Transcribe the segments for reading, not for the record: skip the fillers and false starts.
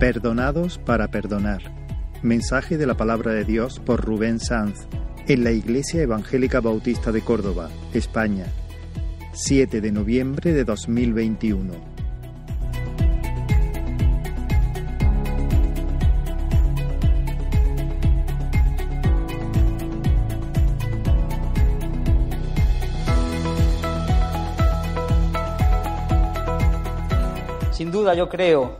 Perdonados para perdonar. Mensaje de la Palabra de Dios por Rubén Sanz, en la Iglesia Evangélica Bautista de Córdoba, España, 7 de noviembre de 2021. Sin duda yo creo,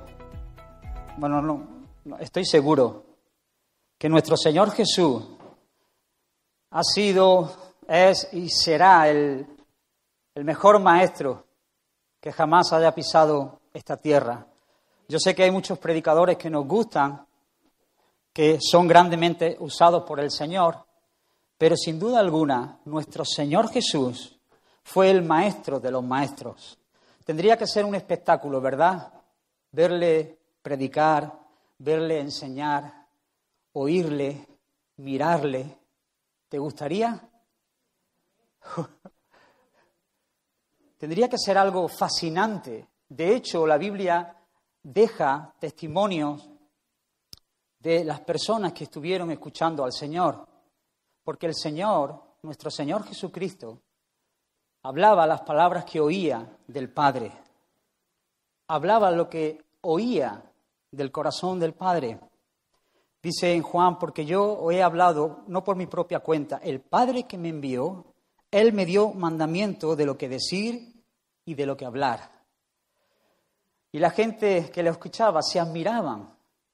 estoy seguro que nuestro Señor Jesús ha sido, es y será el mejor maestro que jamás haya pisado esta tierra. Yo sé que hay muchos predicadores que nos gustan, que son grandemente usados por el Señor, pero sin duda alguna nuestro Señor Jesús fue el maestro de los maestros. Tendría que ser un espectáculo, ¿verdad? Verle predicar, verle enseñar, oírle, mirarle. ¿Te gustaría? Tendría que ser algo fascinante. De hecho, la Biblia deja testimonios de las personas que estuvieron escuchando al Señor, porque el Señor, nuestro Señor Jesucristo, hablaba las palabras que oía del Padre. Hablaba lo que oía del corazón del Padre. Dice en Juan, porque yo he hablado no por mi propia cuenta. El Padre que me envió, Él me dio mandamiento de lo que decir y de lo que hablar. Y la gente que le escuchaba se admiraban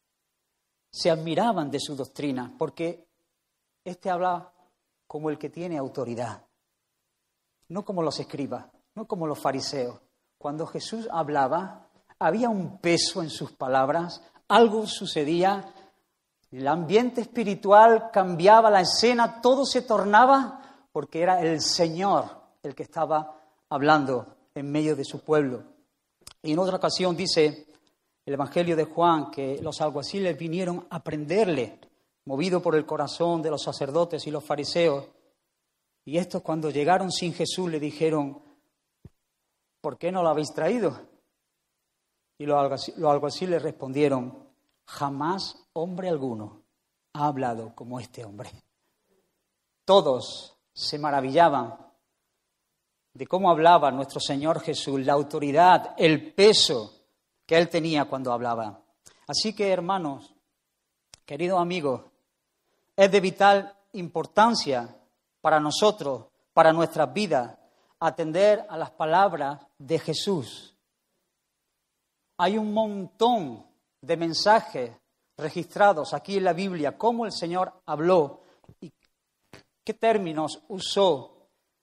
de su doctrina, porque este habla como el que tiene autoridad. No como los escribas, no como los fariseos. Cuando Jesús hablaba, había un peso en sus palabras, algo sucedía, el ambiente espiritual cambiaba, la escena, todo se tornaba, porque era el Señor el que estaba hablando en medio de su pueblo. Y en otra ocasión dice el Evangelio de Juan que los alguaciles vinieron a prenderle, movido por el corazón de los sacerdotes y los fariseos. Y estos, cuando llegaron sin Jesús, le dijeron, ¿por qué no lo habéis traído? Y los alguaciles respondieron, jamás hombre alguno ha hablado como este hombre. Todos se maravillaban de cómo hablaba nuestro Señor Jesús, la autoridad, el peso que Él tenía cuando hablaba. Así que, hermanos, queridos amigos, es de vital importancia para nosotros, para nuestras vidas, atender a las palabras de Jesús. Hay un montón de mensajes registrados aquí en la Biblia, cómo el Señor habló y qué términos usó.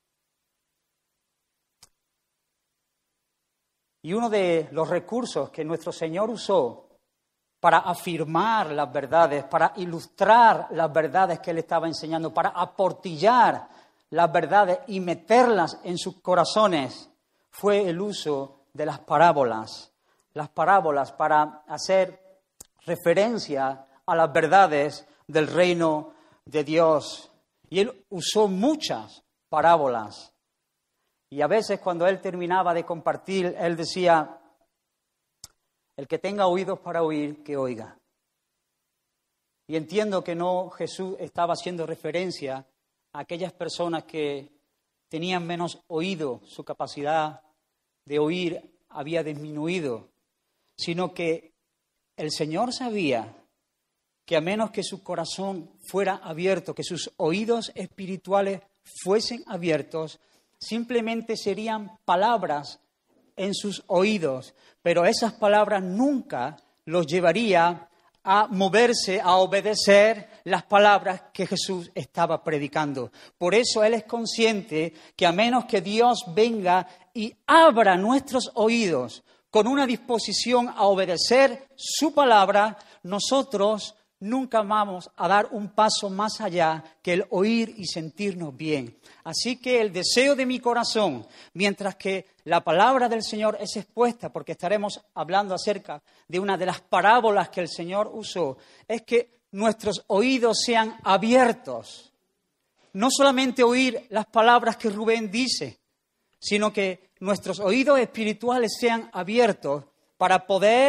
Y uno de los recursos que nuestro Señor usó para afirmar las verdades, para ilustrar las verdades que Él estaba enseñando, para aportillar las verdades y meterlas en sus corazones, fue el uso de las parábolas. Las parábolas para hacer referencia a las verdades del reino de Dios. Y Él usó muchas parábolas. Y a veces cuando Él terminaba de compartir, Él decía, el que tenga oídos para oír, que oiga. Y entiendo que no Jesús estaba haciendo referencia a aquellas personas que tenían menos oído, su capacidad de oír había disminuido, sino que el Señor sabía que a menos que su corazón fuera abierto, que sus oídos espirituales fuesen abiertos, simplemente serían palabras en sus oídos, pero esas palabras nunca los llevaría a moverse, a obedecer las palabras que Jesús estaba predicando. Por eso Él es consciente que a menos que Dios venga y abra nuestros oídos con una disposición a obedecer su palabra, nosotros nunca vamos a dar un paso más allá que el oír y sentirnos bien. Así que el deseo de mi corazón, mientras que la palabra del Señor es expuesta, porque estaremos hablando acerca de una de las parábolas que el Señor usó, es que nuestros oídos sean abiertos. No solamente oír las palabras que Rubén dice, sino que nuestros oídos espirituales sean abiertos para poder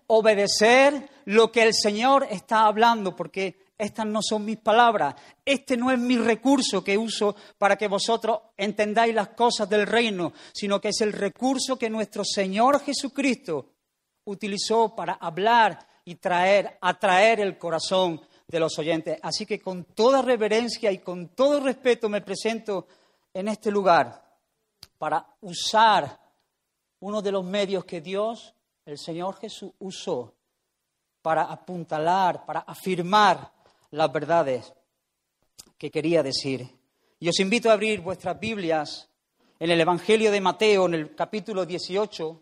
obedecer lo que el Señor está hablando, porque estas no son mis palabras. Este no es mi recurso que uso para que vosotros entendáis las cosas del reino, sino que es el recurso que nuestro Señor Jesucristo utilizó para hablar y atraer el corazón de los oyentes. Así que con toda reverencia y con todo respeto me presento en este lugar para usar uno de los medios que Dios, el Señor Jesús, usó para apuntalar, para afirmar las verdades que quería decir. Y os invito a abrir vuestras Biblias en el Evangelio de Mateo, en el capítulo 18.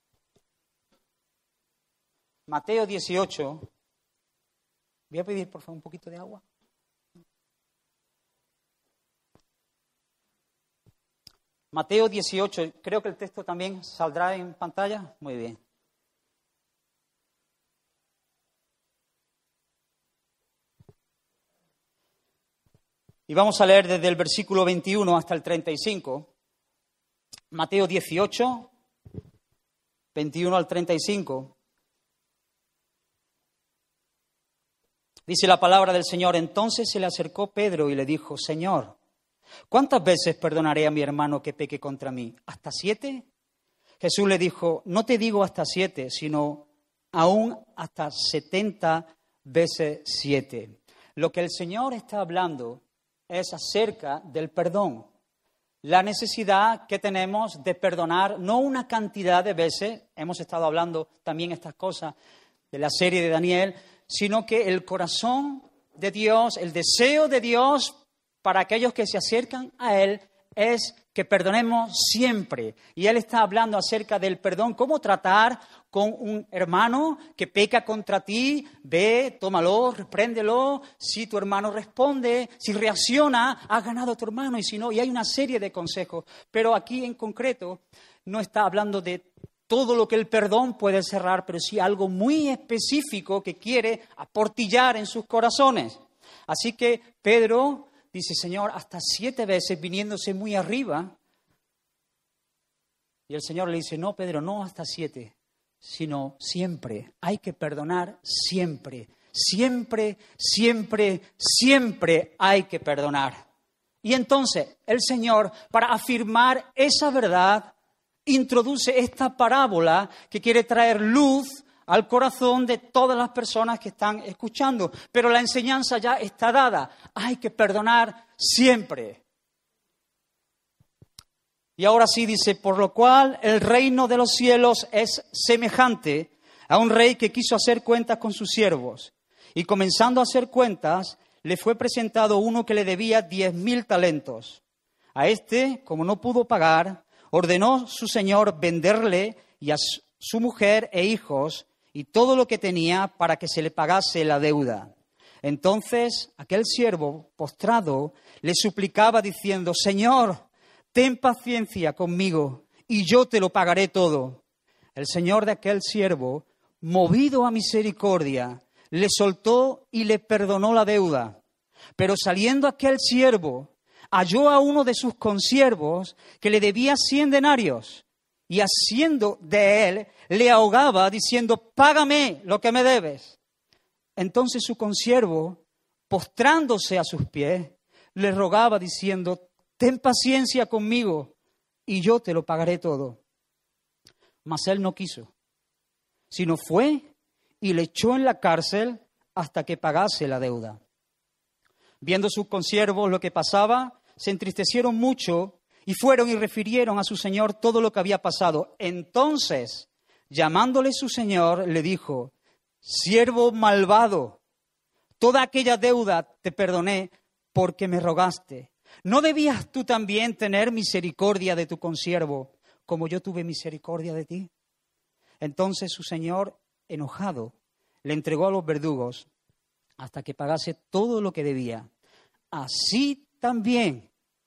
Mateo 18. Voy a pedir, por favor, un poquito de agua. Mateo 18, creo que el texto también saldrá en pantalla. Muy bien. Y vamos a leer desde el versículo 21 hasta el 35. Mateo 18, 21 al 35. Dice la palabra del Señor: entonces se le acercó Pedro y le dijo: Señor, ¿cuántas veces perdonaré a mi hermano que peque contra mí? ¿Hasta 7? Jesús le dijo: no te digo hasta 7, sino aún hasta 70 veces 7. Lo que el Señor está hablando es acerca del perdón. La necesidad que tenemos de perdonar, no una cantidad de veces, hemos estado hablando también estas cosas de la serie de Daniel, sino que el corazón de Dios, el deseo de Dios para aquellos que se acercan a Él es que perdonemos siempre. Y Él está hablando acerca del perdón, cómo tratar con un hermano que peca contra ti. Ve, tómalo, repréndelo. Si tu hermano responde, si reacciona, has ganado a tu hermano, y si no, y hay una serie de consejos. Pero aquí en concreto no está hablando de todo lo que el perdón puede cerrar, pero sí algo muy específico que quiere aportillar en sus corazones. Así que Pedro dice: Señor, hasta 7 veces, viniéndose muy arriba. Y el Señor le dice: no, Pedro, no hasta 7, sino siempre. Hay que perdonar siempre. Siempre, siempre, siempre hay que perdonar. Y entonces el Señor, para afirmar esa verdad, introduce esta parábola que quiere traer luz al corazón de todas las personas que están escuchando. Pero la enseñanza ya está dada. Hay que perdonar siempre. Y ahora sí dice: por lo cual el reino de los cielos es semejante a un rey que quiso hacer cuentas con sus siervos. Y comenzando a hacer cuentas, le fue presentado uno que le debía 10,000 talentos. A este, como no pudo pagar, ordenó su señor venderle y a su mujer e hijos y todo lo que tenía para que se le pagase la deuda. Entonces aquel siervo, postrado, le suplicaba diciendo: Señor, ten paciencia conmigo y yo te lo pagaré todo. El señor de aquel siervo, movido a misericordia, le soltó y le perdonó la deuda. Pero saliendo aquel siervo, halló a uno de sus consiervos que le debía 100 denarios y haciendo de él, le ahogaba diciendo: págame lo que me debes. Entonces su consiervo, postrándose a sus pies, le rogaba diciendo: ten paciencia conmigo y yo te lo pagaré todo. Mas él no quiso, sino fue y le echó en la cárcel hasta que pagase la deuda. Viendo sus consiervos lo que pasaba, se entristecieron mucho y fueron y refirieron a su señor todo lo que había pasado. Entonces, llamándole su señor, le dijo: siervo malvado, toda aquella deuda te perdoné porque me rogaste. ¿No debías tú también tener misericordia de tu consiervo, como yo tuve misericordia de ti? Entonces su señor, enojado, le entregó a los verdugos hasta que pagase todo lo que debía. Así también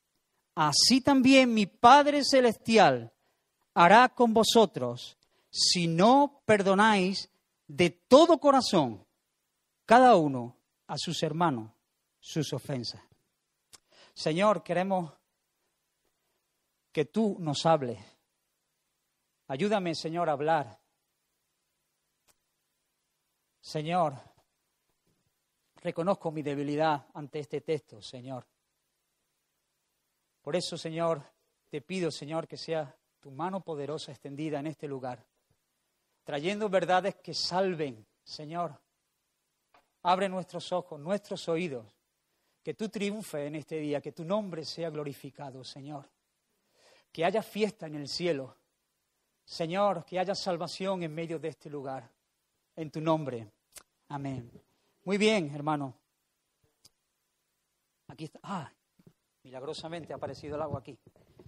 mi Padre Celestial hará con vosotros si no perdonáis de todo corazón cada uno a sus hermanos sus ofensas. Señor, queremos que tú nos hables. Ayúdame, Señor, a hablar. Señor, reconozco mi debilidad ante este texto, Señor. Por eso, Señor, te pido, Señor, que sea tu mano poderosa extendida en este lugar, trayendo verdades que salven, Señor. Abre nuestros ojos, nuestros oídos, que tú triunfes en este día, que tu nombre sea glorificado, Señor. Que haya fiesta en el cielo. Señor, que haya salvación en medio de este lugar. En tu nombre. Amén. Muy bien, hermano. Aquí está. Milagrosamente ha aparecido el agua aquí.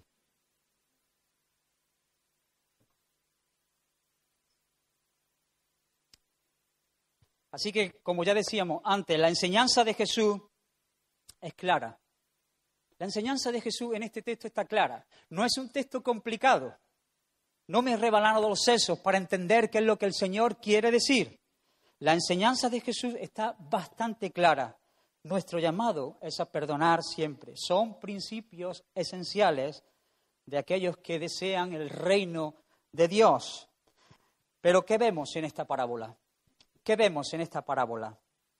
Así que, como ya decíamos antes, la enseñanza de Jesús es clara. La enseñanza de Jesús en este texto está clara. No es un texto complicado. No me he rebalado los sesos para entender qué es lo que el Señor quiere decir. La enseñanza de Jesús está bastante clara. Nuestro llamado es a perdonar siempre. Son principios esenciales de aquellos que desean el reino de Dios. Pero ¿qué vemos en esta parábola? ¿Qué vemos en esta parábola?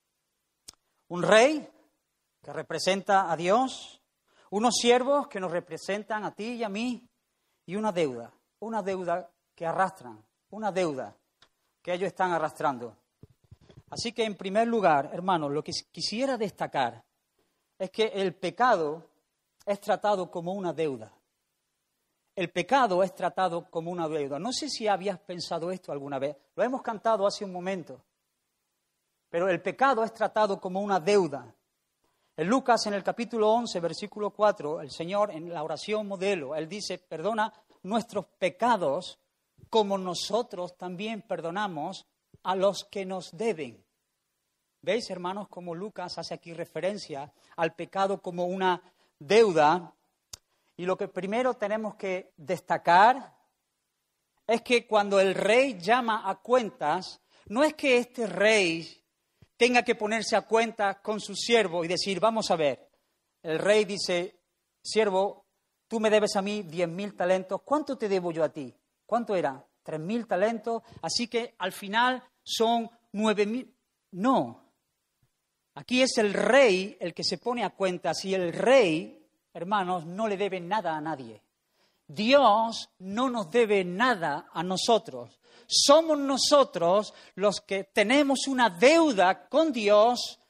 Un rey que representa a Dios, unos siervos que nos representan a ti y a mí, y una deuda que arrastran, una deuda que ellos están arrastrando. Así que, en primer lugar, hermanos, lo que quisiera destacar es que el pecado es tratado como una deuda. El pecado es tratado como una deuda. No sé si habías pensado esto alguna vez. Lo hemos cantado hace un momento. Pero el pecado es tratado como una deuda. En Lucas, en el capítulo 11, versículo 4, el Señor, en la oración modelo, Él dice, perdona nuestros pecados como nosotros también perdonamos a los que nos deben. ¿Veis, hermanos, cómo Lucas hace aquí referencia al pecado como una deuda? Y lo que primero tenemos que destacar es que cuando el rey llama a cuentas, no es que este rey tenga que ponerse a cuentas con su siervo y decir, vamos a ver, el rey dice, siervo, tú me debes a mí 10.000 talentos, ¿cuánto te debo yo a ti? ¿Cuánto era? 3.000 talentos, así que al final son 9.000. No, aquí es el rey el que se pone a cuentas y el rey, hermanos, no le debe nada a nadie. Dios no nos debe nada a nosotros. Somos nosotros los que tenemos una deuda con Dios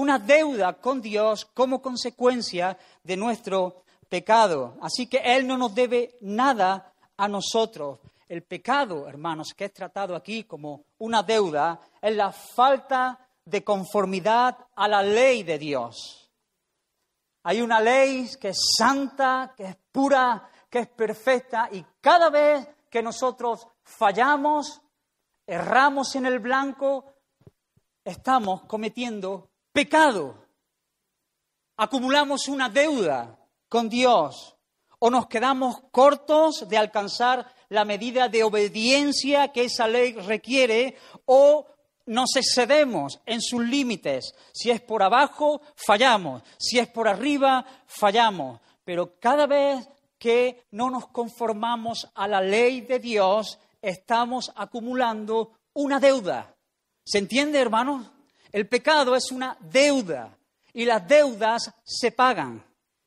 como consecuencia de nuestro pecado. Así que Él no nos debe nada a nosotros. El pecado, hermanos, que es tratado aquí como una deuda, es la falta de conformidad a la ley de Dios. Hay una ley que es santa, que es pura, que es perfecta, y cada vez que nosotros fallamos, erramos en el blanco, estamos cometiendo pecado. Acumulamos una deuda con Dios o nos quedamos cortos de alcanzar la medida de obediencia que esa ley requiere o nos excedemos en sus límites. Si es por abajo, fallamos. Si es por arriba, fallamos. Pero cada vez que no nos conformamos a la ley de Dios, estamos acumulando una deuda. ¿Se entiende, hermanos? El pecado es una deuda y las deudas se pagan.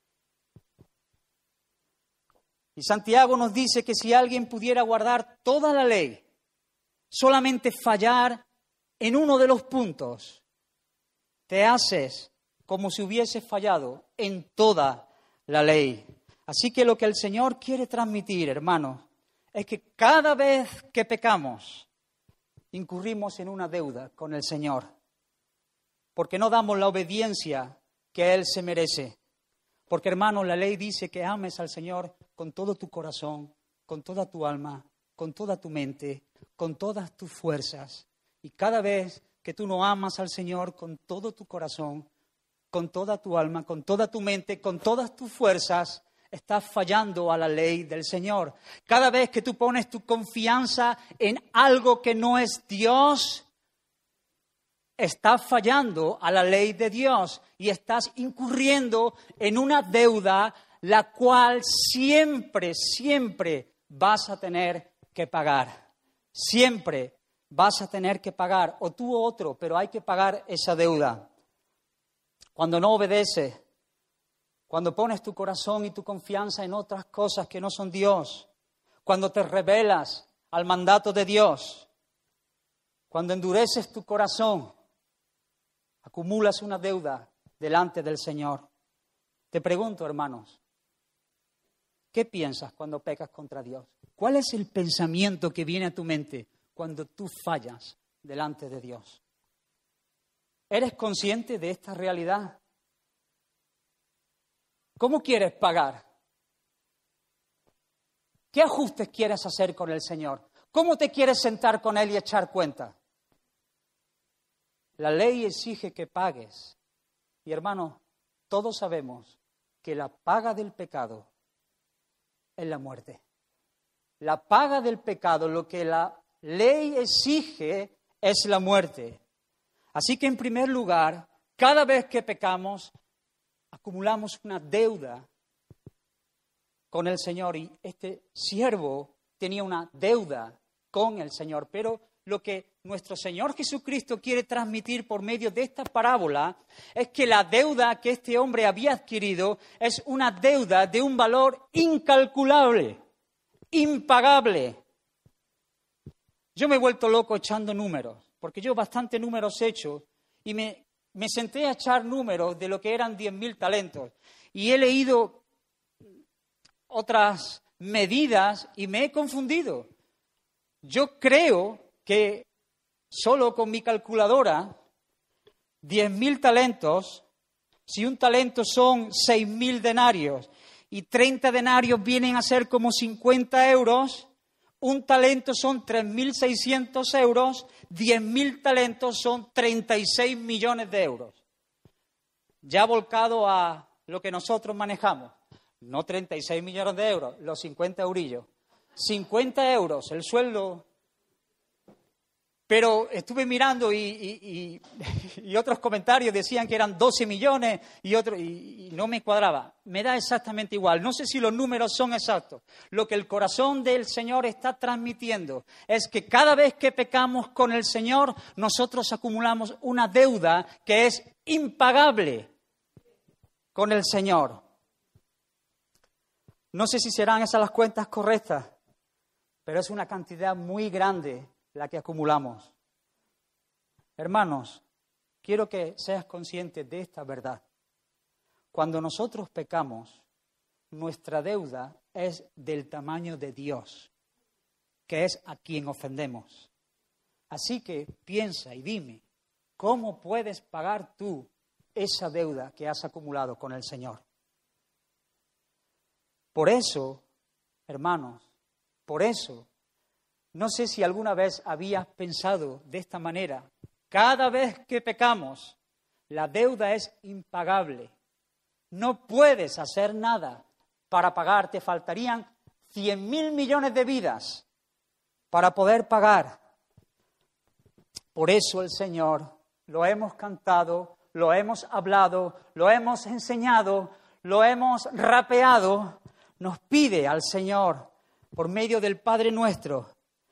Y Santiago nos dice que si alguien pudiera guardar toda la ley, solamente fallar en uno de los puntos, te haces como si hubieses fallado en toda la ley. Así que lo que el Señor quiere transmitir, hermanos, es que cada vez que pecamos, incurrimos en una deuda con el Señor, porque no damos la obediencia que Él se merece. Porque, hermanos, la ley dice que ames al Señor con todo tu corazón, con toda tu alma, con toda tu mente, con todas tus fuerzas. Y cada vez que tú no amas al Señor con todo tu corazón, con toda tu alma, con toda tu mente, con todas tus fuerzas, estás fallando a la ley del Señor. Cada vez que tú pones tu confianza en algo que no es Dios, estás fallando a la ley de Dios y estás incurriendo en una deuda la cual siempre vas a tener que pagar. Siempre vas a tener que pagar, o tú o otro, pero hay que pagar esa deuda. Cuando no obedeces, cuando pones tu corazón y tu confianza en otras cosas que no son Dios, cuando te rebelas al mandato de Dios, cuando endureces tu corazón, acumulas una deuda delante del Señor. Te pregunto, hermanos, ¿qué piensas cuando pecas contra Dios? ¿Cuál es el pensamiento que viene a tu mente cuando tú fallas delante de Dios? ¿Eres consciente de esta realidad? ¿Cómo quieres pagar? ¿Qué ajustes quieres hacer con el Señor? ¿Cómo te quieres sentar con Él y echar cuenta? La ley exige que pagues. Y hermanos, todos sabemos que la paga del pecado es la muerte. La paga del pecado, lo que la ley exige, es la muerte. Así que en primer lugar, cada vez que pecamos, acumulamos una deuda con el Señor. Y este siervo tenía una deuda con el Señor. Pero lo que nuestro Señor Jesucristo quiere transmitir por medio de esta parábola es que la deuda que este hombre había adquirido es una deuda de un valor incalculable, impagable. Yo me he vuelto loco echando números, porque yo bastante números he hecho y me senté a echar números de lo que eran 10.000 talentos. Y he leído otras medidas y me he confundido. Yo creo que solo con mi calculadora, 10.000 talentos, si un talento son 6.000 denarios y 30 denarios vienen a ser como 50 euros, un talento son 3.600 euros, 10.000 talentos son 36 millones de euros. Ya volcado a lo que nosotros manejamos, no 36 millones de euros, los 50 eurillos. 50 euros, el sueldo. Pero estuve mirando y otros comentarios decían que eran 12 millones y no me cuadraba. Me da exactamente igual. No sé si los números son exactos. Lo que el corazón del Señor está transmitiendo es que cada vez que pecamos con el Señor, nosotros acumulamos una deuda que es impagable con el Señor. No sé si serán esas las cuentas correctas, pero es una cantidad muy grande la que acumulamos. Hermanos, quiero que seas consciente de esta verdad. Cuando nosotros pecamos, nuestra deuda es del tamaño de Dios, que es a quien ofendemos. Así que piensa y dime, ¿cómo puedes pagar tú esa deuda que has acumulado con el Señor? Por eso, hermanos, por eso, no sé si alguna vez habías pensado de esta manera. Cada vez que pecamos, la deuda es impagable. No puedes hacer nada para pagar. Te faltarían 100.000 millones de vidas para poder pagar. Por eso el Señor, lo hemos cantado, lo hemos hablado, lo hemos enseñado, lo hemos rapeado, nos pide al Señor, por medio del Padre Nuestro,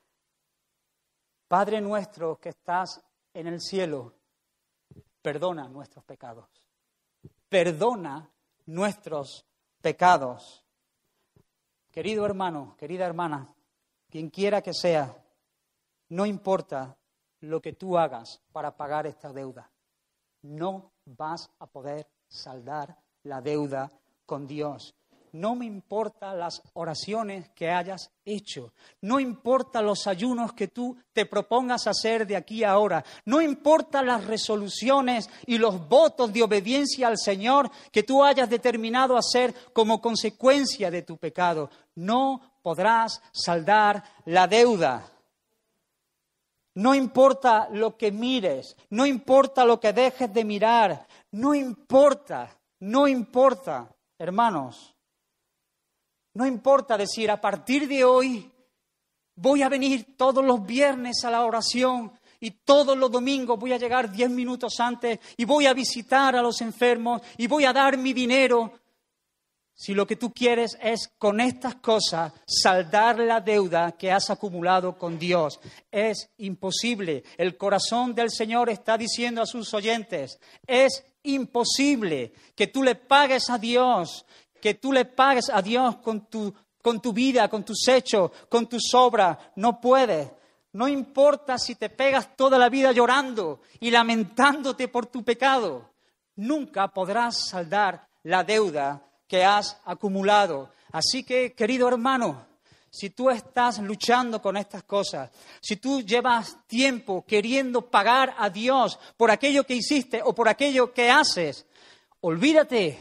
Padre nuestro que estás en el cielo, perdona nuestros pecados. Perdona nuestros pecados. Querido hermano, querida hermana, quien quiera que sea, no importa lo que tú hagas para pagar esta deuda. No vas a poder saldar la deuda con Dios. No me importan las oraciones que hayas hecho. No importa los ayunos que tú te propongas hacer de aquí a ahora. No importa las resoluciones y los votos de obediencia al Señor que tú hayas determinado hacer como consecuencia de tu pecado. No podrás saldar la deuda. No importa lo que mires. No importa lo que dejes de mirar. No importa, hermanos. No importa decir, a partir de hoy voy a venir todos los viernes a la oración y todos los domingos voy a llegar 10 minutos antes y voy a visitar a los enfermos y voy a dar mi dinero. Si lo que tú quieres es con estas cosas saldar la deuda que has acumulado con Dios, es imposible. El corazón del Señor está diciendo a sus oyentes, es imposible que tú le pagues a Dios, con tu vida, con tus hechos, con tus obras. No puedes. No importa si te pegas toda la vida llorando y lamentándote por tu pecado, nunca podrás saldar la deuda que has acumulado. Así que, querido hermano, si tú estás luchando con estas cosas, si tú llevas tiempo queriendo pagar a Dios por aquello que hiciste o por aquello que haces, olvídate,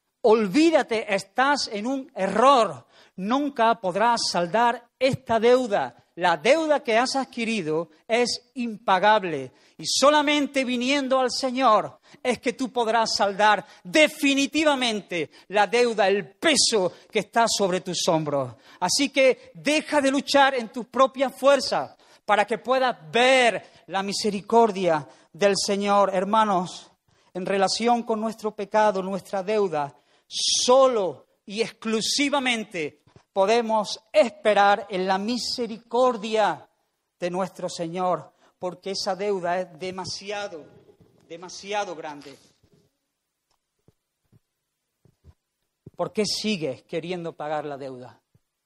estás en un error. Nunca podrás saldar esta deuda. La deuda que has adquirido es impagable y solamente viniendo al Señor es que tú podrás saldar definitivamente la deuda, el peso que está sobre tus hombros. Así que deja de luchar en tus propias fuerzas para que puedas ver la misericordia del Señor. Hermanos, en relación con nuestro pecado, nuestra deuda, solo y exclusivamente podemos esperar en la misericordia de nuestro Señor, porque esa deuda es demasiado grande. ¿Por qué sigues queriendo pagar la deuda?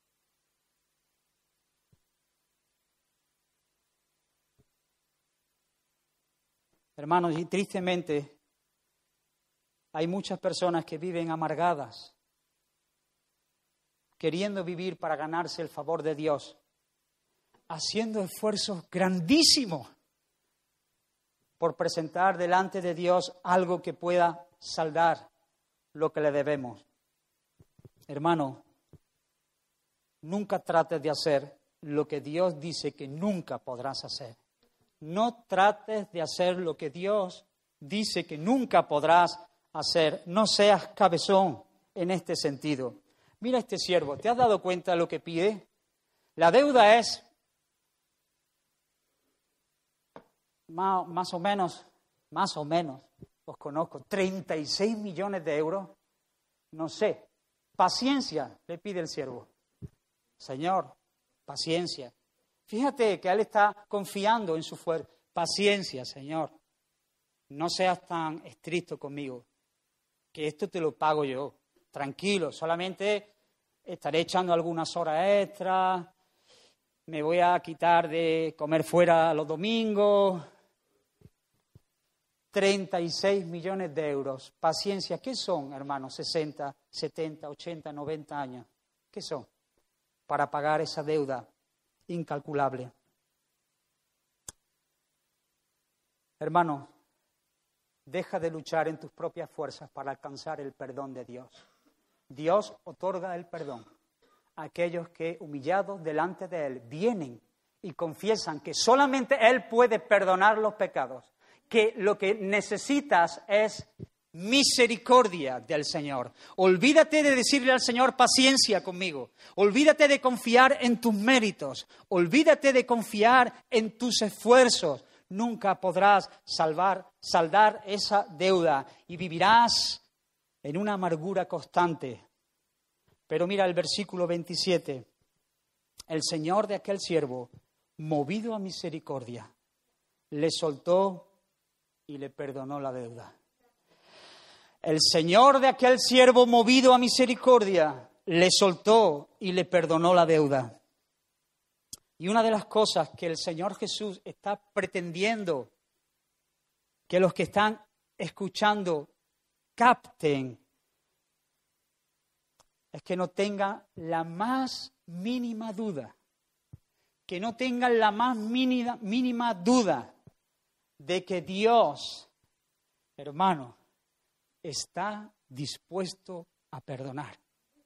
Hermanos, y tristemente hay muchas personas que viven amargadas, queriendo vivir para ganarse el favor de Dios, haciendo esfuerzos grandísimos por presentar delante de Dios algo que pueda saldar lo que le debemos. Hermano, nunca trates de hacer lo que Dios dice que nunca podrás hacer. No trates de hacer lo que Dios dice que nunca podrás hacer. No seas cabezón en este sentido. Mira este siervo, ¿te has dado cuenta de lo que pide? La deuda es más o menos, os conozco, 36 millones de euros. No sé, paciencia, le pide el siervo. Señor, paciencia. Fíjate que él está confiando en su fuerza. Paciencia, Señor. No seas tan estricto conmigo, que esto te lo pago yo. Tranquilo, solamente estaré echando algunas horas extras, me voy a quitar de comer fuera los domingos. 36 millones de euros. Paciencia, ¿qué son, hermanos? 60, 70, 80, 90 años. ¿Qué son? Para pagar esa deuda incalculable. Hermano, deja de luchar en tus propias fuerzas para alcanzar el perdón de Dios. Dios otorga el perdón a aquellos que, humillados delante de Él, vienen y confiesan que solamente Él puede perdonar los pecados, que lo que necesitas es misericordia del Señor. Olvídate de decirle al Señor, paciencia conmigo. Olvídate de confiar en tus méritos. Olvídate de confiar en tus esfuerzos. Nunca podrás saldar esa deuda y vivirás en una amargura constante. Pero mira el versículo 27. El Señor de aquel siervo, movido a misericordia, le soltó y le perdonó la deuda. El Señor de aquel siervo, movido a misericordia, le soltó y le perdonó la deuda. Y una de las cosas que el Señor Jesús está pretendiendo que los que están escuchando capten es que no tengan la más mínima duda, que no tengan la más mínima duda de que Dios, hermano, está dispuesto a perdonar.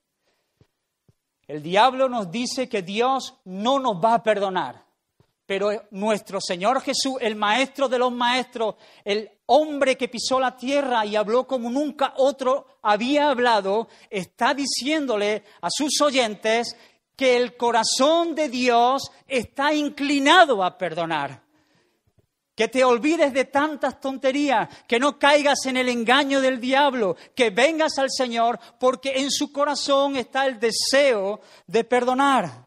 El diablo nos dice que Dios no nos va a perdonar, pero nuestro Señor Jesús, el Maestro de los maestros, el hombre que pisó la tierra y habló como nunca otro había hablado, está diciéndole a sus oyentes que el corazón de Dios está inclinado a perdonar. que te olvides de tantas tonterías, que no caigas en el engaño del diablo, que vengas al Señor porque en su corazón está el deseo de perdonar.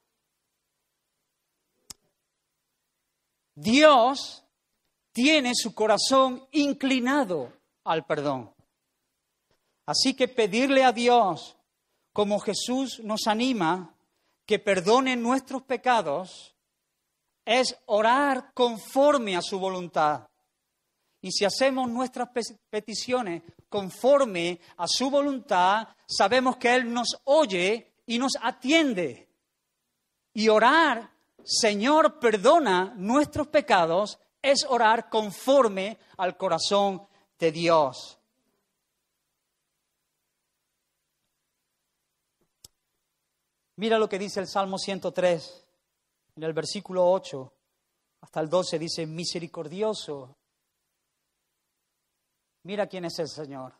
Dios tiene su corazón inclinado al perdón. Así que pedirle a Dios, como Jesús nos anima, que perdone nuestros pecados, es orar conforme a su voluntad. Y si hacemos nuestras peticiones conforme a su voluntad, sabemos que Él nos oye y nos atiende. Y orar, Señor, perdona nuestros pecados, es orar conforme al corazón de Dios. Mira lo que dice el Salmo 103, en el versículo 8 hasta el 12, dice, misericordioso. Mira quién es el Señor.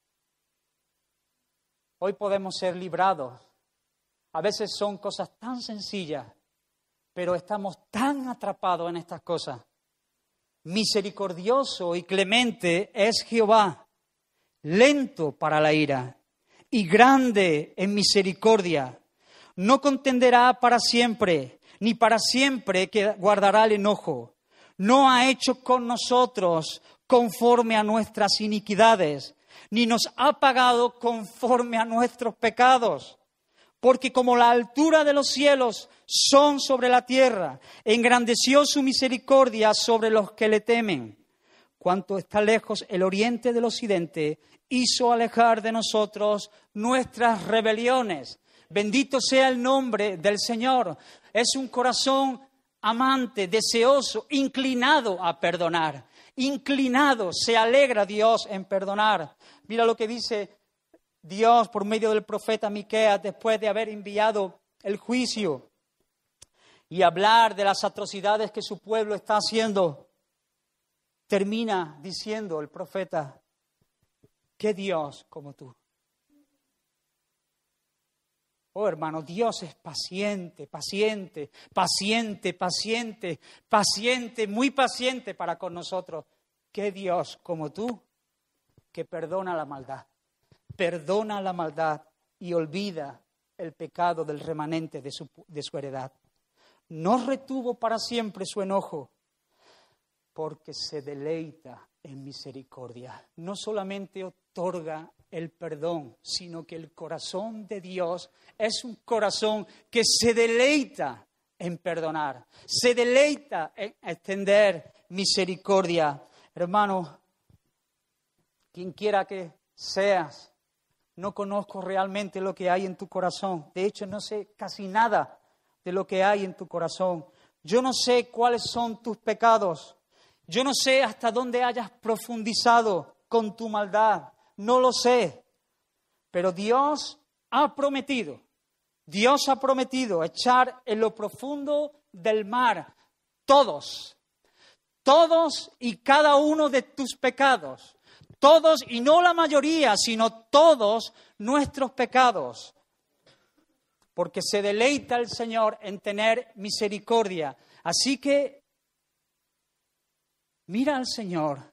Hoy podemos ser librados. A veces son cosas tan sencillas, pero estamos tan atrapados en estas cosas. Misericordioso y clemente es Jehová, lento para la ira y grande en misericordia. No contenderá para siempre, ni para siempre que guardará el enojo. No ha hecho con nosotros conforme a nuestras iniquidades, ni nos ha pagado conforme a nuestros pecados. Porque como la altura de los cielos son sobre la tierra, engrandeció su misericordia sobre los que le temen. Cuanto está lejos el oriente del occidente, hizo alejar de nosotros nuestras rebeliones. Bendito sea el nombre del Señor. Es un corazón amante, deseoso, inclinado a perdonar. Inclinado, se alegra Dios en perdonar. Mira lo que dice Dios por medio del profeta Miqueas después de haber enviado el juicio y hablar de las atrocidades que su pueblo está haciendo. Termina diciendo el profeta, ¿qué Dios como tú? Oh, hermano, Dios es paciente, paciente, paciente, paciente, paciente, muy paciente para con nosotros. ¿Qué Dios como tú que perdona la maldad? Perdona la maldad y olvida el pecado del remanente de su heredad. No retuvo para siempre su enojo, porque se deleita en misericordia. No solamente otorga el perdón, sino que el corazón de Dios es un corazón que se deleita en perdonar, se deleita en extender misericordia. Hermano, quien quiera que seas, no conozco realmente lo que hay en tu corazón. De hecho, no sé casi nada de lo que hay en tu corazón. Yo no sé cuáles son tus pecados. Yo no sé hasta dónde hayas profundizado con tu maldad. No lo sé. Pero Dios ha prometido echar en lo profundo del mar todos y cada uno de tus pecados. Todos, y no la mayoría, sino todos nuestros pecados. Porque se deleita el Señor en tener misericordia. Así que mira al Señor.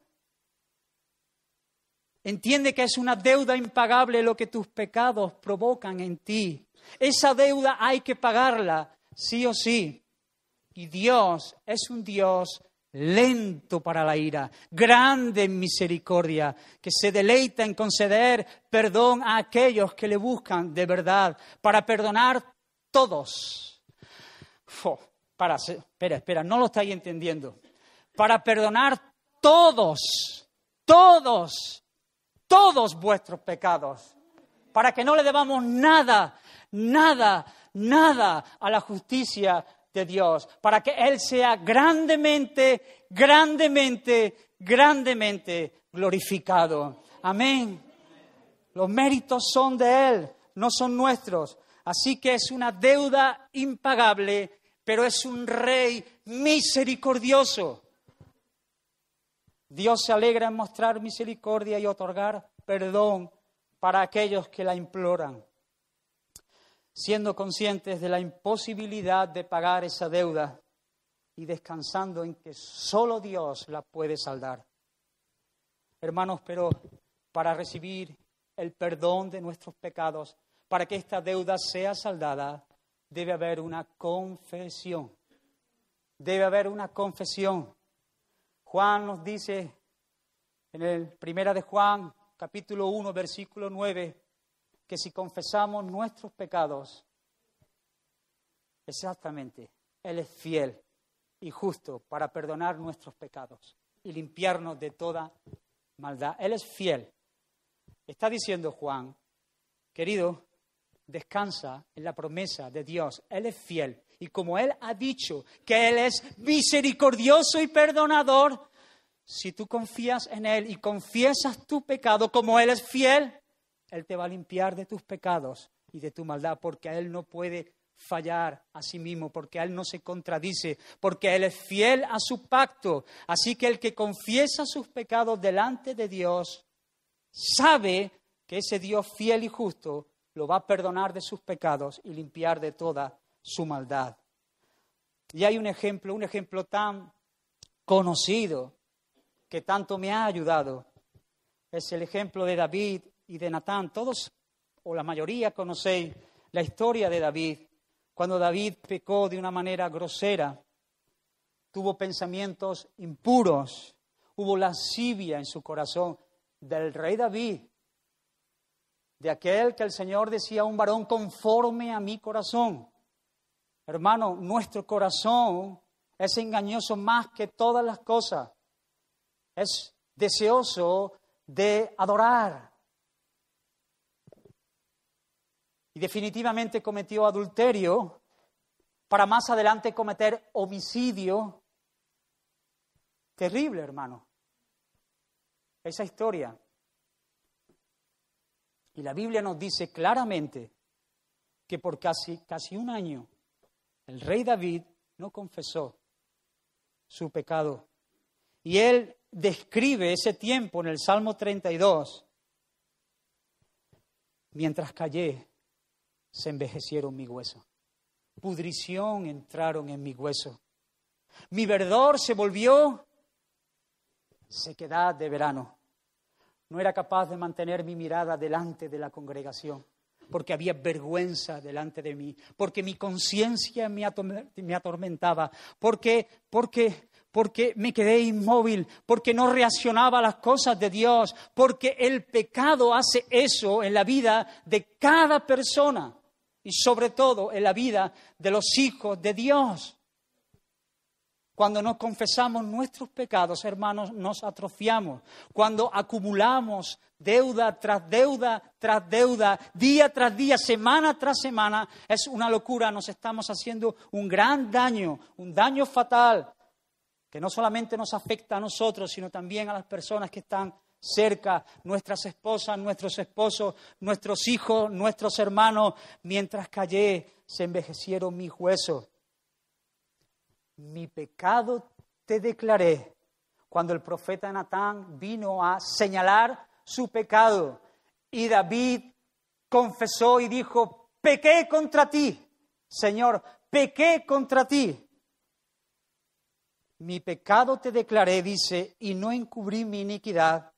Entiende que es una deuda impagable lo que tus pecados provocan en ti. Esa deuda hay que pagarla, sí o sí. Y Dios es un Dios lento para la ira, grande en misericordia, que se deleita en conceder perdón a aquellos que le buscan de verdad, para perdonar todos. Espera, no lo estáis entendiendo. Para perdonar todos vuestros pecados, para que no le debamos nada a la justicia de Dios, para que Él sea grandemente glorificado. Amén. Los méritos son de Él, no son nuestros. Así que es una deuda impagable, pero es un Rey misericordioso. Dios se alegra en mostrar misericordia y otorgar perdón para aquellos que la imploran, siendo conscientes de la imposibilidad de pagar esa deuda. y descansando en que solo Dios la puede saldar. Hermanos, pero para recibir el perdón de nuestros pecados, para que esta deuda sea saldada, debe haber una confesión. Debe haber una confesión. Juan nos dice en el 1 de Juan, capítulo 1, versículo 9, que si confesamos nuestros pecados, exactamente, Él es fiel y justo para perdonar nuestros pecados y limpiarnos de toda maldad. Él es fiel. Está diciendo Juan, querido, descansa en la promesa de Dios. Él es fiel. Y como Él ha dicho que Él es misericordioso y perdonador, si tú confías en Él y confiesas tu pecado como Él es fiel, Él te va a limpiar de tus pecados y de tu maldad, porque Él no puede fallar a sí mismo, porque Él no se contradice, porque Él es fiel a su pacto. Así que el que confiesa sus pecados delante de Dios sabe que ese Dios fiel y justo lo va a perdonar de sus pecados y limpiar de toda su maldad. Y hay un ejemplo tan conocido que tanto me ha ayudado. Es el ejemplo de David y de Natán. Todos, o la mayoría, conocéis la historia de David. Cuando David pecó de una manera grosera, tuvo pensamientos impuros, hubo lascivia en su corazón del rey David, de aquel que el Señor decía, un varón conforme a mi corazón. Hermano, nuestro corazón es engañoso más que todas las cosas. Es deseoso de adorar. Y definitivamente cometió adulterio para más adelante cometer homicidio. Terrible, hermano. Esa historia. Y la Biblia nos dice claramente que por casi un año el rey David no confesó su pecado. Y él describe ese tiempo en el Salmo 32. Mientras callé, se envejecieron mis huesos. Pudrición entraron en mis huesos. Mi verdor se volvió sequedad de verano. No era capaz de mantener mi mirada delante de la congregación, porque había vergüenza delante de mí, porque mi conciencia me atormentaba, porque me quedé inmóvil, porque no reaccionaba a las cosas de Dios, porque el pecado hace eso en la vida de cada persona y sobre todo en la vida de los hijos de Dios. Cuando nos confesamos nuestros pecados, hermanos, nos atrofiamos. Cuando acumulamos deuda tras deuda tras deuda, día tras día, semana tras semana, es una locura. Nos estamos haciendo un gran daño, un daño fatal, que no solamente nos afecta a nosotros, sino también a las personas que están cerca, nuestras esposas, nuestros esposos, nuestros hijos, nuestros hermanos. Mientras callé, se envejecieron mis huesos. Mi pecado te declaré. Cuando el profeta Natán vino a señalar su pecado y David confesó y dijo, pequé contra ti, Señor, pequé contra ti. Mi pecado te declaré, dice, y no encubrí mi iniquidad.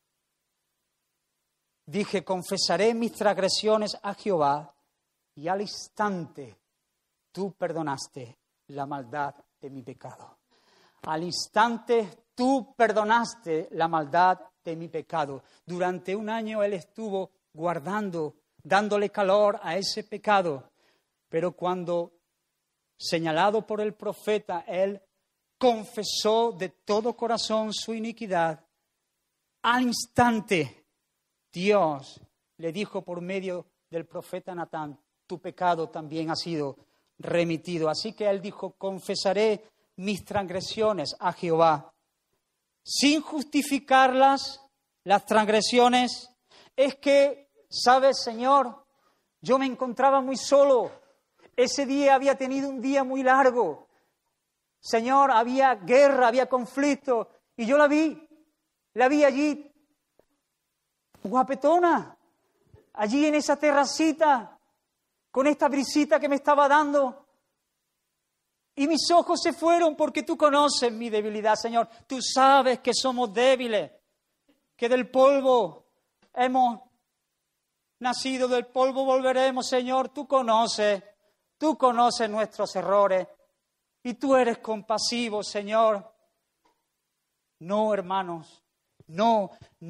Dije, confesaré mis transgresiones a Jehová, y al instante tú perdonaste la maldad de mi pecado. Al instante tú perdonaste la maldad de mi pecado. Durante un año Él estuvo guardando, dándole calor a ese pecado. Pero cuando, señalado por el profeta, Él confesó de todo corazón su iniquidad, al instante Dios le dijo por medio del profeta Natán, tu pecado también ha sido remitido. Así que él dijo, confesaré mis transgresiones a Jehová. Sin justificarlas, las transgresiones, es que, ¿sabes, Señor? Yo me encontraba muy solo. Ese día había tenido un día muy largo. Señor, había guerra, había conflicto. Y yo la vi allí, guapetona, allí en esa terracita, con esta brisita que me estaba dando. Y mis ojos se fueron porque tú conoces mi debilidad, Señor. Tú sabes que somos débiles, que del polvo hemos nacido, del polvo volveremos, Señor. Tú conoces nuestros errores y tú eres compasivo, Señor. No, hermanos, no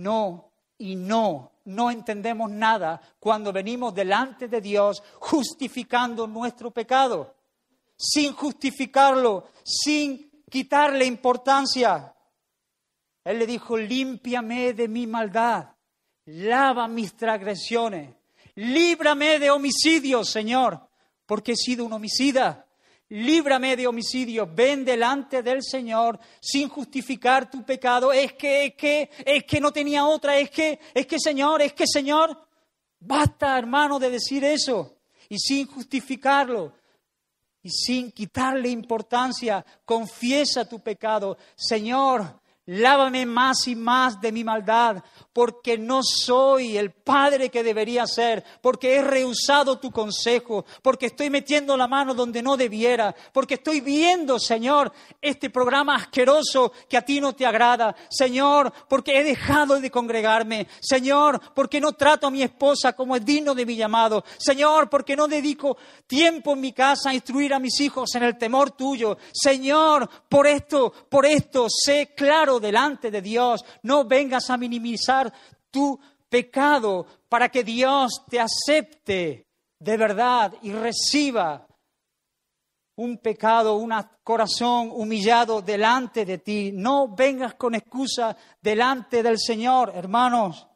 entendemos nada cuando venimos delante de Dios justificando nuestro pecado, sin justificarlo, sin quitarle importancia. Él le dijo, límpiame de mi maldad, lava mis transgresiones, líbrame de homicidio, Señor, porque he sido un homicida. Líbrame de homicidio, ven delante del Señor sin justificar tu pecado. Es que no tenía otra, es que Señor, basta, hermano, de decir eso. Y sin justificarlo y sin quitarle importancia, confiesa tu pecado. Señor, lávame más y más de mi maldad, porque no soy el padre que debería ser, porque he rehusado tu consejo, porque estoy metiendo la mano donde no debiera, porque estoy viendo, Señor, este programa asqueroso que a ti no te agrada. Señor, porque he dejado de congregarme. Señor, porque no trato a mi esposa como es digno de mi llamado. Señor, porque no dedico tiempo en mi casa a instruir a mis hijos en el temor tuyo. Señor, por esto, sé claro delante de Dios. No vengas a minimizar tu pecado para que Dios te acepte de verdad y reciba un pecado, un corazón humillado delante de ti. No vengas con excusa delante del Señor, hermanos.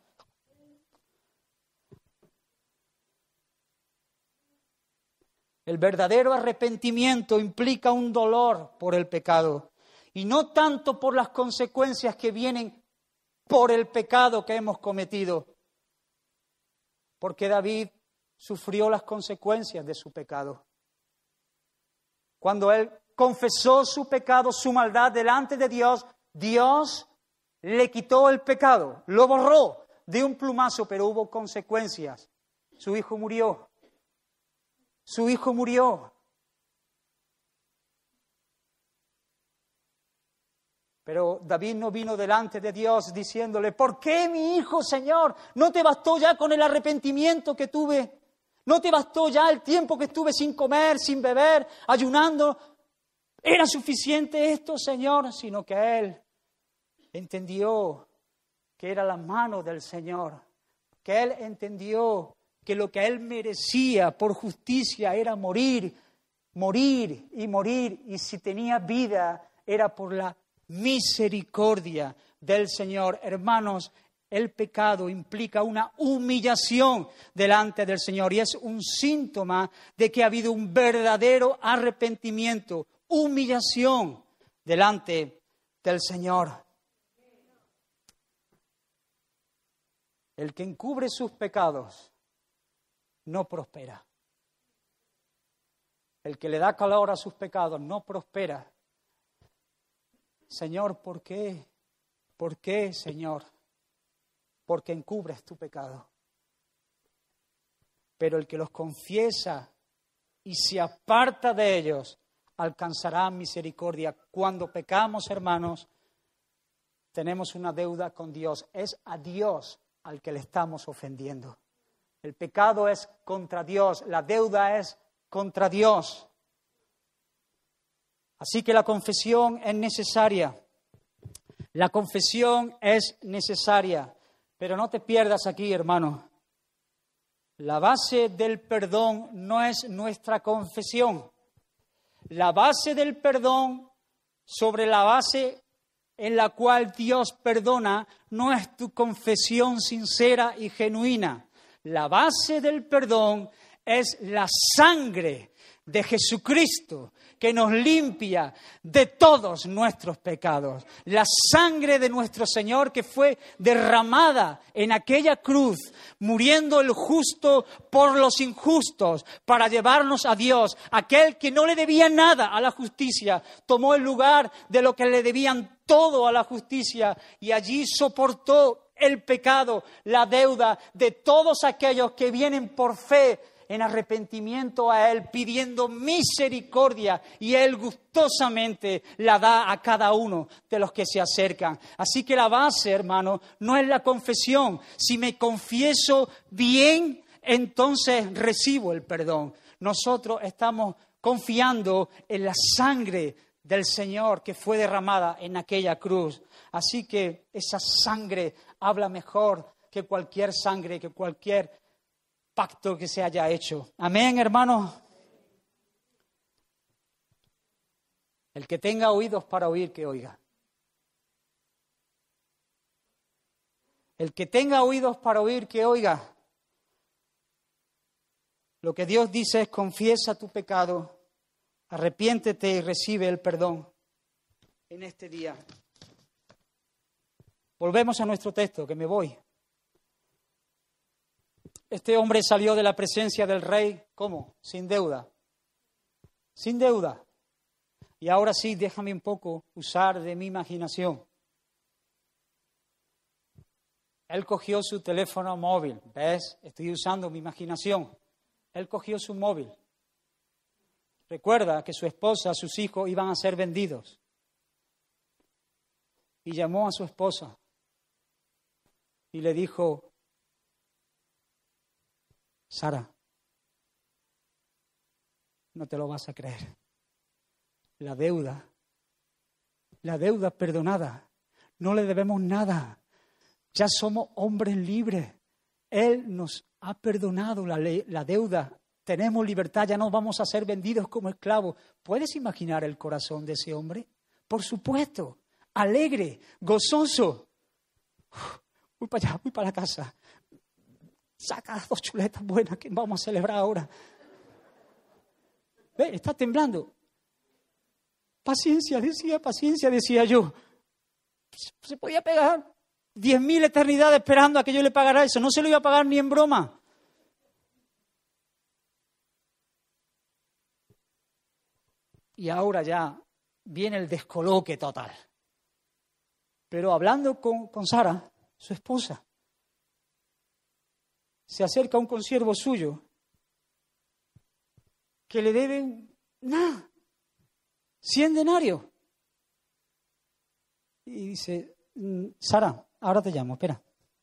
El verdadero arrepentimiento implica un dolor por el pecado y no tanto por las consecuencias que vienen por el pecado que hemos cometido, porque David sufrió las consecuencias de su pecado. Cuando él confesó su pecado, su maldad delante de Dios, Dios le quitó el pecado, lo borró de un plumazo, pero hubo consecuencias. Su hijo murió. Pero David no vino delante de Dios diciéndole, ¿por qué mi hijo, Señor? ¿No te bastó ya con el arrepentimiento que tuve? ¿No te bastó ya el tiempo que estuve sin comer, sin beber, ayunando? ¿Era suficiente esto, Señor? Sino que él entendió que era la mano del Señor, que él entendió que lo que él merecía por justicia era morir, y si tenía vida era por la misericordia del Señor. Hermanos, el pecado implica una humillación delante del Señor y es un síntoma de que ha habido un verdadero arrepentimiento, humillación delante del Señor. El que encubre sus pecados no prospera. El que le da calor a sus pecados no prospera. Señor, ¿por qué? ¿Por qué, Señor? Porque encubres tu pecado. Pero el que los confiesa y se aparta de ellos, alcanzará misericordia. Cuando pecamos, hermanos, tenemos una deuda con Dios. Es a Dios al que le estamos ofendiendo. El pecado es contra Dios, la deuda es contra Dios. Así que la confesión es necesaria. La confesión es necesaria. Pero no te pierdas aquí, hermano. La base del perdón no es nuestra confesión. La base del perdón, sobre la base en la cual Dios perdona, no es tu confesión sincera y genuina. La base del perdón es la sangre de Jesucristo que nos limpia de todos nuestros pecados. La sangre de nuestro Señor que fue derramada en aquella cruz, muriendo el justo por los injustos para llevarnos a Dios. Aquel que no le debía nada a la justicia, tomó el lugar de lo que le debían todo a la justicia y allí soportó el pecado, la deuda de todos aquellos que vienen por fe en arrepentimiento a Él, pidiendo misericordia, y Él gustosamente la da a cada uno de los que se acercan. Así que la base, hermano, no es la confesión. Si me confieso bien, entonces recibo el perdón. Nosotros estamos confiando en la sangre del Señor que fue derramada en aquella cruz. Así que esa sangre habla mejor que cualquier sangre, que cualquier pacto que se haya hecho. Amén, hermanos. El que tenga oídos para oír, que oiga. El que tenga oídos para oír, que oiga. Lo que Dios dice es: confiesa tu pecado, arrepiéntete y recibe el perdón en este día. Volvemos a nuestro texto, que me voy. Este hombre salió de la presencia del rey, ¿cómo? Sin deuda. Sin deuda. Y ahora sí, déjame un poco usar de mi imaginación. Él cogió su teléfono móvil, ¿ves? Estoy usando mi imaginación. Él cogió su móvil. Recuerda que su esposa, sus hijos iban a ser vendidos. Y llamó a su esposa y le dijo: Sara, no te lo vas a creer. La deuda perdonada. No le debemos nada. Ya somos hombres libres. Él nos ha perdonado la deuda. Tenemos libertad, ya no vamos a ser vendidos como esclavos. ¿Puedes imaginar el corazón de ese hombre? Por supuesto, alegre, gozoso. Voy para allá, voy para la casa. Saca las 2 chuletas buenas que vamos a celebrar ahora. Ve, está temblando. Paciencia, decía yo. Se podía pegar 10.000 eternidades esperando a que yo le pagara eso. No se lo iba a pagar ni en broma. Y ahora ya viene el descoloque total. Pero hablando con Sara, su esposa, se acerca un consiervo suyo que le debe 100 denarios. Y dice: Sara, ahora te llamo, espera.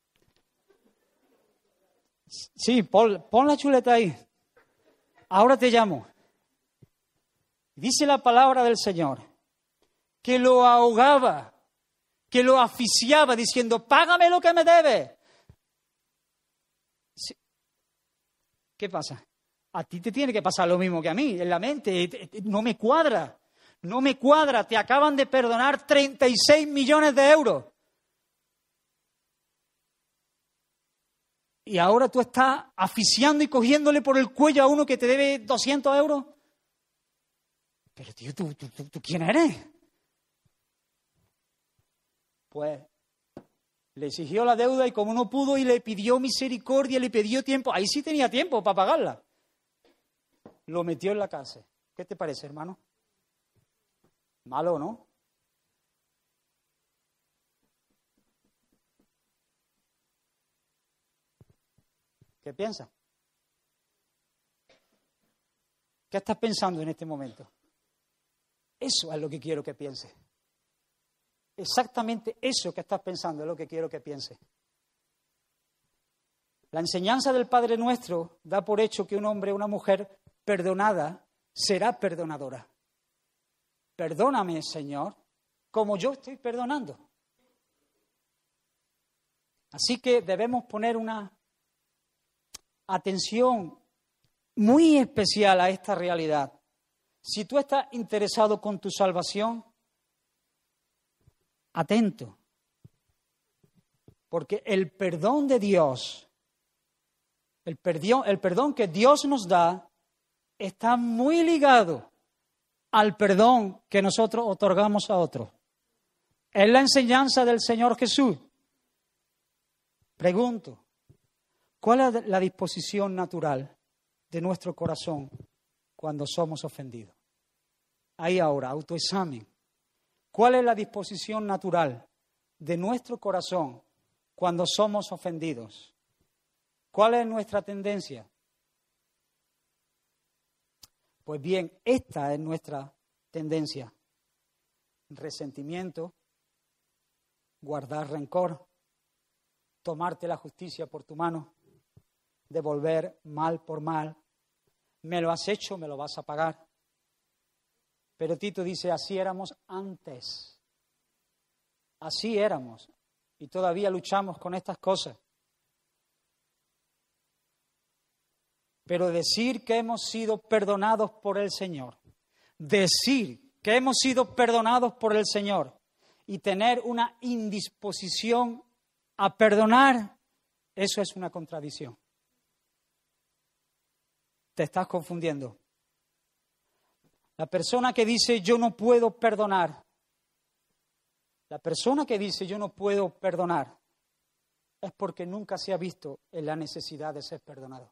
Sí, pon la chuleta ahí. Ahora te llamo. Dice la palabra del Señor que lo ahogaba, que lo asfixiaba, diciendo: págame lo que me debes. ¿Qué pasa? A ti te tiene que pasar lo mismo que a mí, en la mente. No me cuadra, te acaban de perdonar 36 millones de euros. Y ahora tú estás asfixiando y cogiéndole por el cuello a uno que te debe 200 euros. Pero tío, ¿tú quién eres? Pues le exigió la deuda y como no pudo y le pidió misericordia, le pidió tiempo. Ahí sí tenía tiempo para pagarla. Lo metió en la cárcel. ¿Qué te parece, hermano? Malo, ¿no? ¿Qué piensas? ¿Qué estás pensando en este momento? Eso es lo que quiero que pienses. Exactamente eso que estás pensando es lo que quiero que pienses. La enseñanza del Padre Nuestro da por hecho que un hombre o una mujer perdonada será perdonadora. Perdóname, Señor, como yo estoy perdonando. Así que debemos poner una atención muy especial a esta realidad. Si tú estás interesado con tu salvación, atento, porque el perdón de Dios, el perdón que Dios nos da, está muy ligado al perdón que nosotros otorgamos a otros. Es la enseñanza del Señor Jesús. Pregunto, ¿cuál es la disposición natural de nuestro corazón cuando somos ofendidos? Ahí ahora, autoexamen. ¿Cuál es la disposición natural de nuestro corazón cuando somos ofendidos? ¿Cuál es nuestra tendencia? Pues bien, esta es nuestra tendencia. Resentimiento, guardar rencor, tomarte la justicia por tu mano, devolver mal por mal. Me lo has hecho, me lo vas a pagar. Pero Tito dice, así éramos antes. Así éramos. Y todavía luchamos con estas cosas. Pero decir que hemos sido perdonados por el Señor, decir que hemos sido perdonados por el Señor y tener una indisposición a perdonar, eso es una contradicción. Te estás confundiendo. La persona que dice yo no puedo perdonar, la persona que dice yo no puedo perdonar es porque nunca se ha visto en la necesidad de ser perdonado.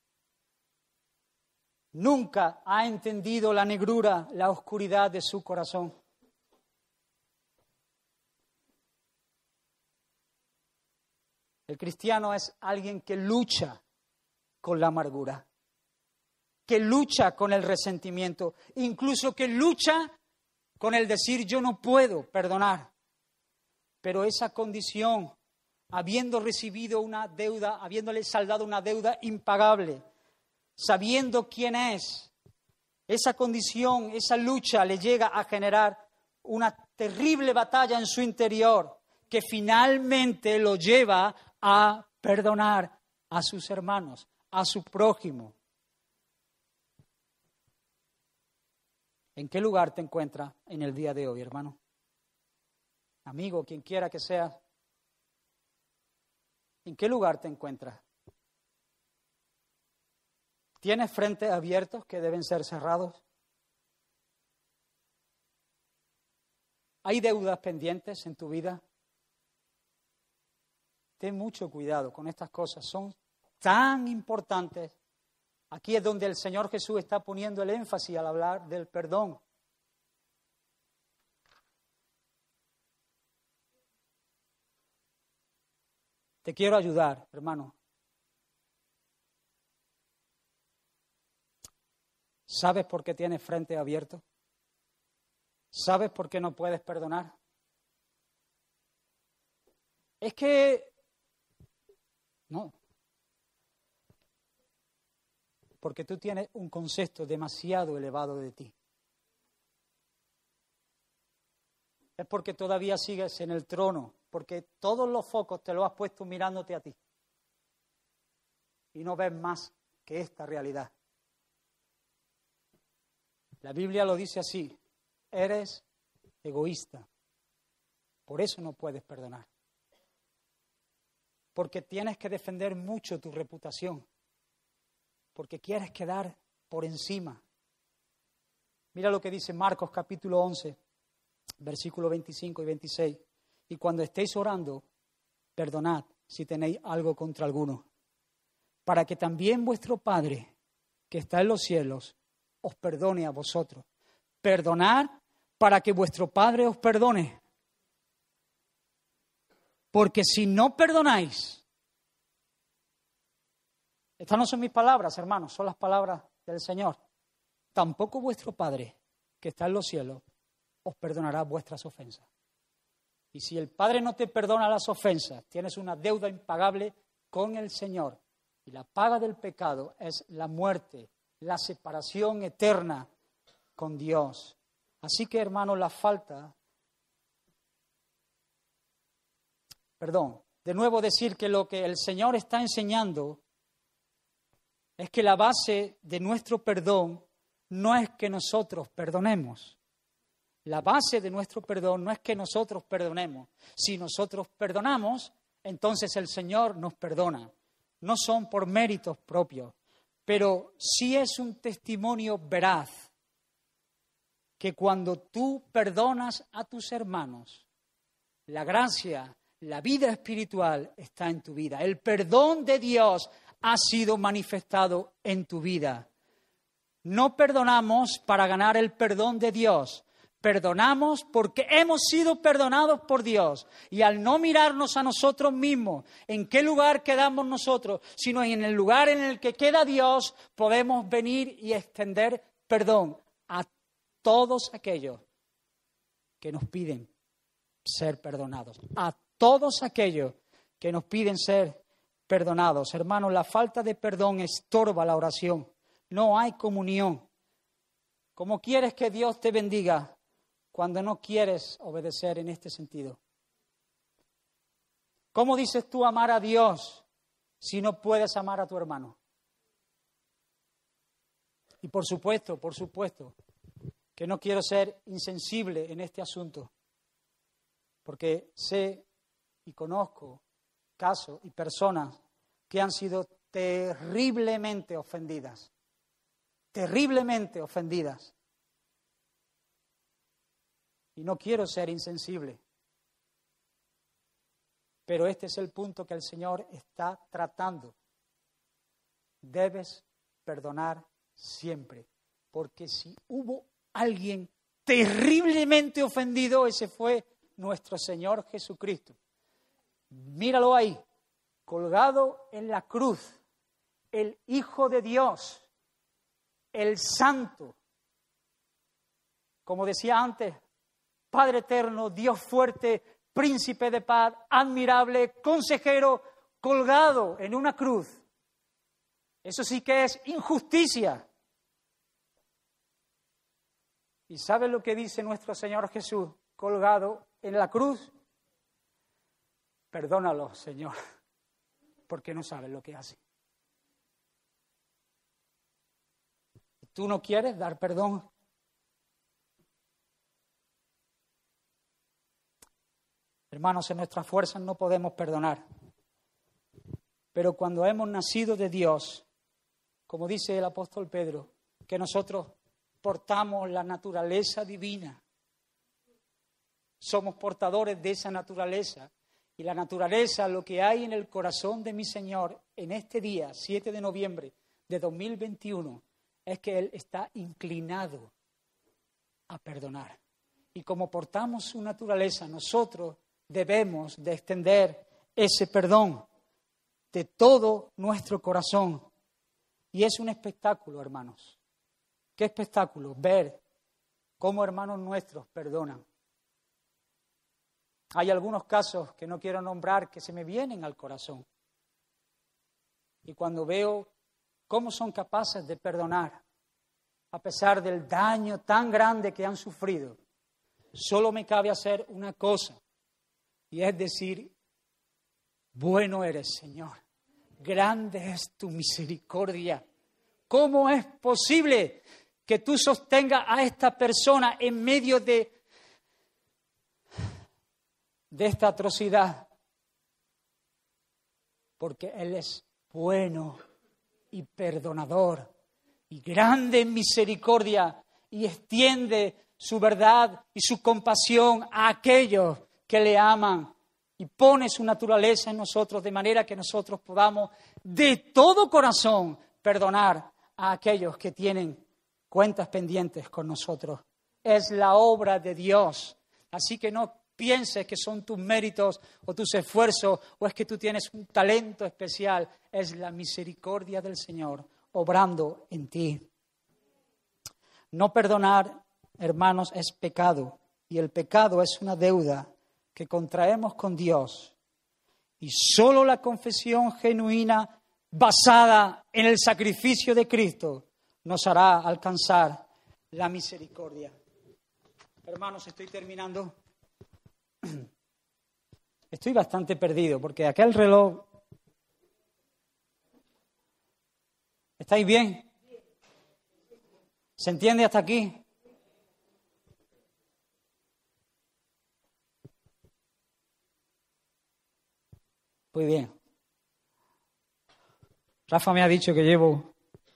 Nunca ha entendido la negrura, la oscuridad de su corazón. El cristiano es alguien que lucha con la amargura, que lucha con el resentimiento, incluso que lucha con el decir yo no puedo perdonar. Pero esa condición, habiendo recibido una deuda, habiéndole saldado una deuda impagable, sabiendo quién es, esa condición, esa lucha le llega a generar una terrible batalla en su interior que finalmente lo lleva a perdonar a sus hermanos, a su prójimo. ¿En qué lugar te encuentras en el día de hoy, hermano? Amigo, quien quiera que sea, ¿en qué lugar te encuentras? ¿Tienes frentes abiertos que deben ser cerrados? ¿Hay deudas pendientes en tu vida? Ten mucho cuidado con estas cosas, son tan importantes. Aquí es donde el Señor Jesús está poniendo el énfasis al hablar del perdón. Te quiero ayudar, hermano. ¿Sabes por qué tienes frente abierto? ¿Sabes por qué no puedes perdonar? Es que no. Porque tú tienes un concepto demasiado elevado de ti. Es porque todavía sigues en el trono, porque todos los focos te los has puesto mirándote a ti. Y no ves más que esta realidad. La Biblia lo dice así, eres egoísta, por eso no puedes perdonar. Porque tienes que defender mucho tu reputación, porque quieres quedar por encima. Mira lo que dice Marcos capítulo 11, versículos 25 y 26. Y cuando estéis orando, perdonad si tenéis algo contra alguno, para que también vuestro Padre, que está en los cielos, os perdone a vosotros. Perdonad para que vuestro Padre os perdone. Porque si no perdonáis, estas no son mis palabras, hermanos, son las palabras del Señor. Tampoco vuestro Padre, que está en los cielos, os perdonará vuestras ofensas. Y si el Padre no te perdona las ofensas, tienes una deuda impagable con el Señor. Y la paga del pecado es la muerte, la separación eterna con Dios. Así que, hermanos, de nuevo decir que lo que el Señor está enseñando es que la base de nuestro perdón no es que nosotros perdonemos. La base de nuestro perdón no es que nosotros perdonemos. Si nosotros perdonamos, entonces el Señor nos perdona. No son por méritos propios, pero sí es un testimonio veraz que cuando tú perdonas a tus hermanos, la gracia, la vida espiritual está en tu vida. El perdón de Dios ha sido manifestado en tu vida. No perdonamos para ganar el perdón de Dios. Perdonamos porque hemos sido perdonados por Dios. Y al no mirarnos a nosotros mismos, en qué lugar quedamos nosotros, sino en el lugar en el que queda Dios, podemos venir y extender perdón a todos aquellos que nos piden ser perdonados. A todos aquellos que nos piden ser perdonados. Hermanos, la falta de perdón estorba la oración. No hay comunión. ¿Cómo quieres que Dios te bendiga cuando no quieres obedecer en este sentido? ¿Cómo dices tú amar a Dios si no puedes amar a tu hermano? Y por supuesto, que no quiero ser insensible en este asunto, porque sé y conozco casos y personas que han sido terriblemente ofendidas. Y no quiero ser insensible. Pero este es el punto que el Señor está tratando. Debes perdonar siempre. Porque si hubo alguien terriblemente ofendido, ese fue nuestro Señor Jesucristo. Míralo ahí, colgado en la cruz, el Hijo de Dios, el Santo. Como decía antes, Padre eterno, Dios fuerte, Príncipe de paz, admirable, consejero, colgado en una cruz. Eso sí que es injusticia. ¿Y sabe lo que dice nuestro Señor Jesús colgado en la cruz? Perdónalo, Señor, porque no saben lo que hacen. ¿Tú no quieres dar perdón? Hermanos, en nuestras fuerzas no podemos perdonar. Pero cuando hemos nacido de Dios, como dice el apóstol Pedro, que nosotros portamos la naturaleza divina, somos portadores de esa naturaleza. Y la naturaleza, lo que hay en el corazón de mi Señor en este día, 7 de noviembre de 2021, es que Él está inclinado a perdonar. Y como portamos su naturaleza, nosotros debemos de extender ese perdón de todo nuestro corazón. Y es un espectáculo, hermanos. ¿Qué espectáculo? Ver cómo hermanos nuestros perdonan. Hay algunos casos que no quiero nombrar que se me vienen al corazón. Y cuando veo cómo son capaces de perdonar, a pesar del daño tan grande que han sufrido, solo me cabe hacer una cosa, y es decir, bueno eres, Señor, grande es tu misericordia. ¿Cómo es posible que tú sostengas a esta persona en medio de esta atrocidad? Porque Él es bueno y perdonador y grande en misericordia y extiende su verdad y su compasión a aquellos que le aman y pone su naturaleza en nosotros de manera que nosotros podamos de todo corazón perdonar a aquellos que tienen cuentas pendientes con nosotros. Es la obra de Dios. Así que no pienses que son tus méritos o tus esfuerzos o es que tú tienes un talento especial. Es la misericordia del Señor obrando en ti. No perdonar, hermanos, es pecado. Y el pecado es una deuda que contraemos con Dios. Y solo la confesión genuina basada en el sacrificio de Cristo nos hará alcanzar la misericordia. Hermanos, estoy terminando. Estoy bastante perdido porque aquel reloj... ¿Estáis bien? ¿Se entiende hasta aquí? Muy bien. Rafa me ha dicho que llevo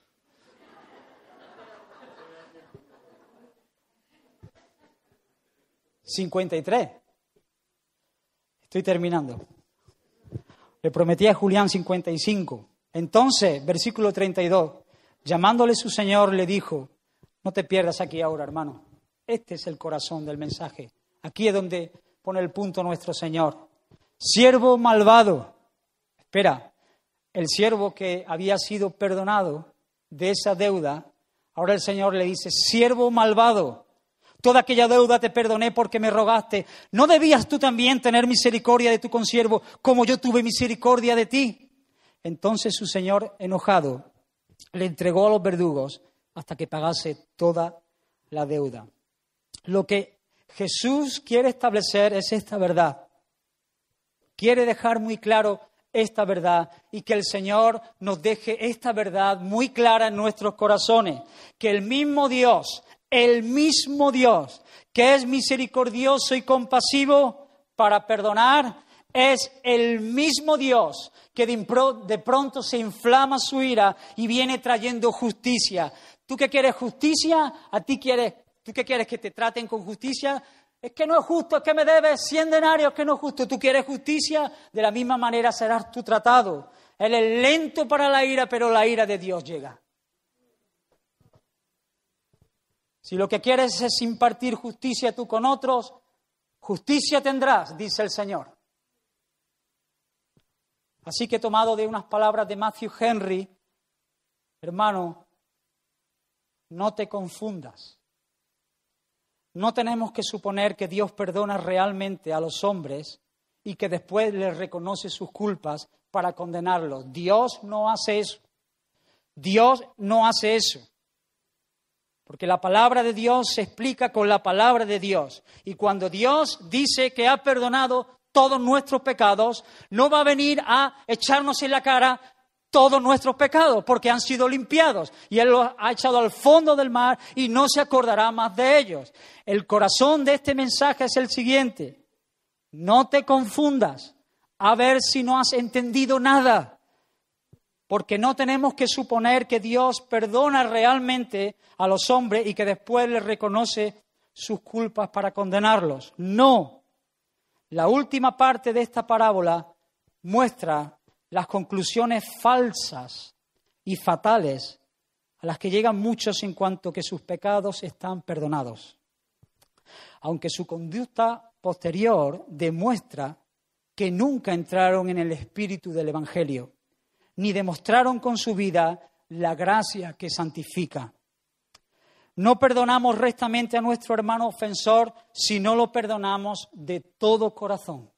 53. Estoy terminando. Le prometí a Julián 55. Entonces, versículo 32, llamándole su Señor, le dijo, no te pierdas aquí ahora, hermano. Este es el corazón del mensaje. Aquí es donde pone el punto nuestro Señor. Siervo malvado. Espera, el siervo que había sido perdonado de esa deuda, Ahora el Señor le dice, siervo malvado, toda aquella deuda te perdoné porque me rogaste. ¿No debías tú también tener misericordia de tu consiervo como yo tuve misericordia de ti? Entonces su señor, enojado, le entregó a los verdugos hasta que pagase toda la deuda. Lo que Jesús quiere establecer es esta verdad. Quiere dejar muy claro esta verdad y que el Señor nos deje esta verdad muy clara en nuestros corazones. Que el mismo Dios que es misericordioso y compasivo para perdonar, es el mismo Dios que de pronto se inflama su ira y viene trayendo justicia. ¿Tú qué quieres justicia? ¿Tú qué quieres que te traten con justicia? Es que no es justo, es que me debes 100 denarios, que no es justo. ¿Tú quieres justicia? De la misma manera serás tú tratado. Él es lento para la ira, pero la ira de Dios llega. Si lo que quieres es impartir justicia tú con otros, justicia tendrás, dice el Señor. Así que tomado de unas palabras de Matthew Henry, hermano, no te confundas. No tenemos que suponer que Dios perdona realmente a los hombres y que después les reconoce sus culpas para condenarlos. Dios no hace eso. Dios no hace eso. Porque la palabra de Dios se explica con la palabra de Dios. Y cuando Dios dice que ha perdonado todos nuestros pecados, no va a venir a echarnos en la cara todos nuestros pecados, porque han sido limpiados. Y Él los ha echado al fondo del mar y no se acordará más de ellos. El corazón de este mensaje es el siguiente. No te confundas a ver si no has entendido nada. Porque no tenemos que suponer que Dios perdona realmente a los hombres y que después les reconoce sus culpas para condenarlos. No. La última parte de esta parábola muestra las conclusiones falsas y fatales a las que llegan muchos en cuanto que sus pecados están perdonados. Aunque su conducta posterior demuestra que nunca entraron en el espíritu del Evangelio, ni demostraron con su vida la gracia que santifica. No perdonamos rectamente a nuestro hermano ofensor si no lo perdonamos de todo corazón.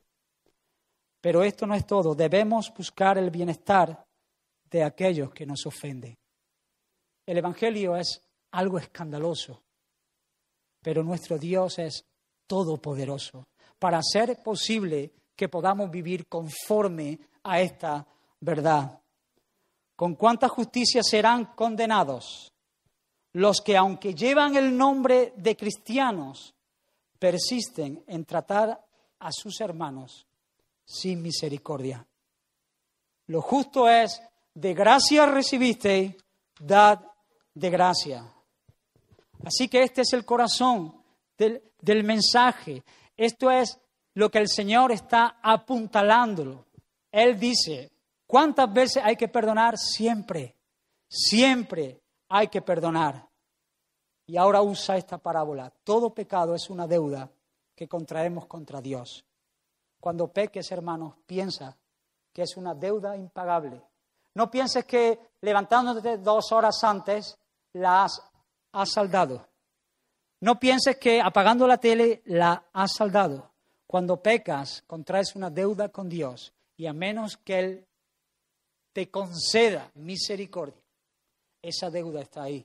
Pero esto no es todo. Debemos buscar el bienestar de aquellos que nos ofenden. El Evangelio es algo escandaloso, pero nuestro Dios es todopoderoso para hacer posible que podamos vivir conforme a esta verdad. ¿Con cuánta justicia serán condenados los que, aunque llevan el nombre de cristianos, persisten en tratar a sus hermanos sin misericordia? Lo justo es, de gracia recibisteis, dad de gracia. Así que este es el corazón del mensaje. Esto es lo que el Señor está apuntalándolo. Él dice, ¿cuántas veces hay que perdonar? Siempre, siempre hay que perdonar. Y ahora usa esta parábola. Todo pecado es una deuda que contraemos contra Dios. Cuando peques, hermanos, piensa que es una deuda impagable. No pienses que levantándote 2 horas antes la has saldado. No pienses que apagando la tele la has saldado. Cuando pecas, contraes una deuda con Dios. Y a menos que Él te conceda misericordia, esa deuda está ahí.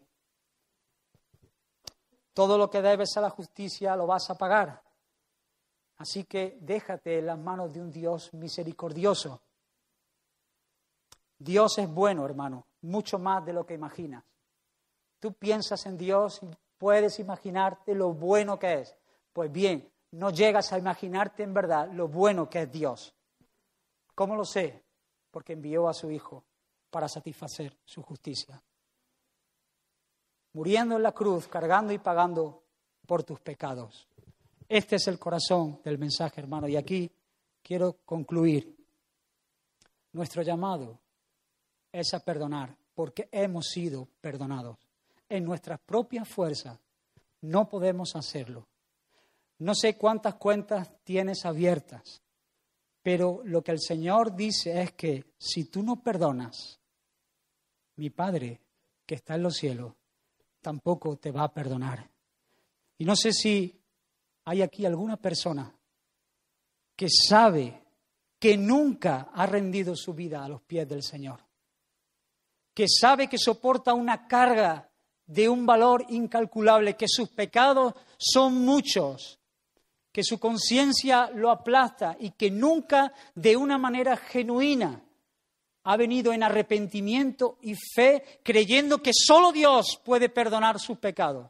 Todo lo que debes a la justicia lo vas a pagar. Así que déjate en las manos de un Dios misericordioso. Dios es bueno, hermano, mucho más de lo que imaginas. Tú piensas en Dios y puedes imaginarte lo bueno que es. Pues bien, no llegas a imaginarte en verdad lo bueno que es Dios. ¿Cómo lo sé? Porque envió a su Hijo para satisfacer su justicia. Muriendo en la cruz, cargando y pagando por tus pecados. Este es el corazón del mensaje, hermano. Y aquí quiero concluir. Nuestro llamado es a perdonar, porque hemos sido perdonados. En nuestras propias fuerzas no podemos hacerlo. No sé cuántas cuentas tienes abiertas, pero lo que el Señor dice es que si tú no perdonas, mi Padre que está en los cielos tampoco te va a perdonar. Y no sé si hay aquí alguna persona que sabe que nunca ha rendido su vida a los pies del Señor, que sabe que soporta una carga de un valor incalculable, que sus pecados son muchos, que su conciencia lo aplasta y que nunca de una manera genuina ha venido en arrepentimiento y fe, creyendo que solo Dios puede perdonar sus pecados.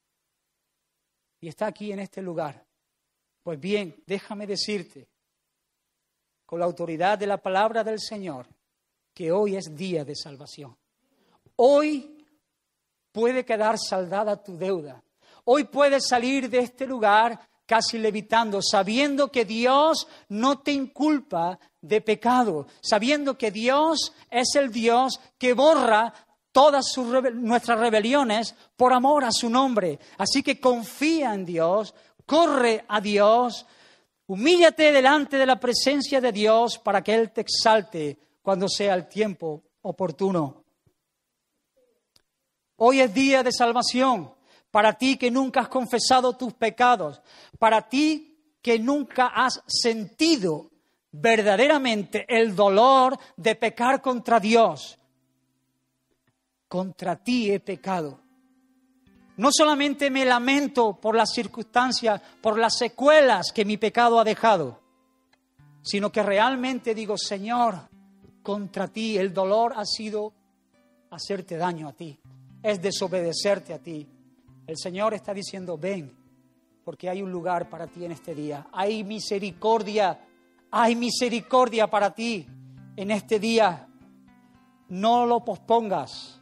Y está aquí en este lugar. Pues bien, déjame decirte, con la autoridad de la palabra del Señor, que hoy es día de salvación. Hoy puede quedar saldada tu deuda. Hoy puedes salir de este lugar casi levitando, sabiendo que Dios no te inculpa de pecado, sabiendo que Dios es el Dios que borra todas nuestras rebeliones por amor a su nombre. Así que confía en Dios, corre a Dios, humíllate delante de la presencia de Dios para que Él te exalte cuando sea el tiempo oportuno. Hoy es día de salvación. Para ti que nunca has confesado tus pecados, para ti que nunca has sentido verdaderamente el dolor de pecar contra Dios. Contra ti he pecado. No solamente me lamento por las circunstancias, por las secuelas que mi pecado ha dejado, sino que realmente digo, Señor, contra ti el dolor ha sido hacerte daño a ti, es desobedecerte a ti. El Señor está diciendo, ven, porque hay un lugar para ti en este día. Hay misericordia para ti en este día. No lo pospongas.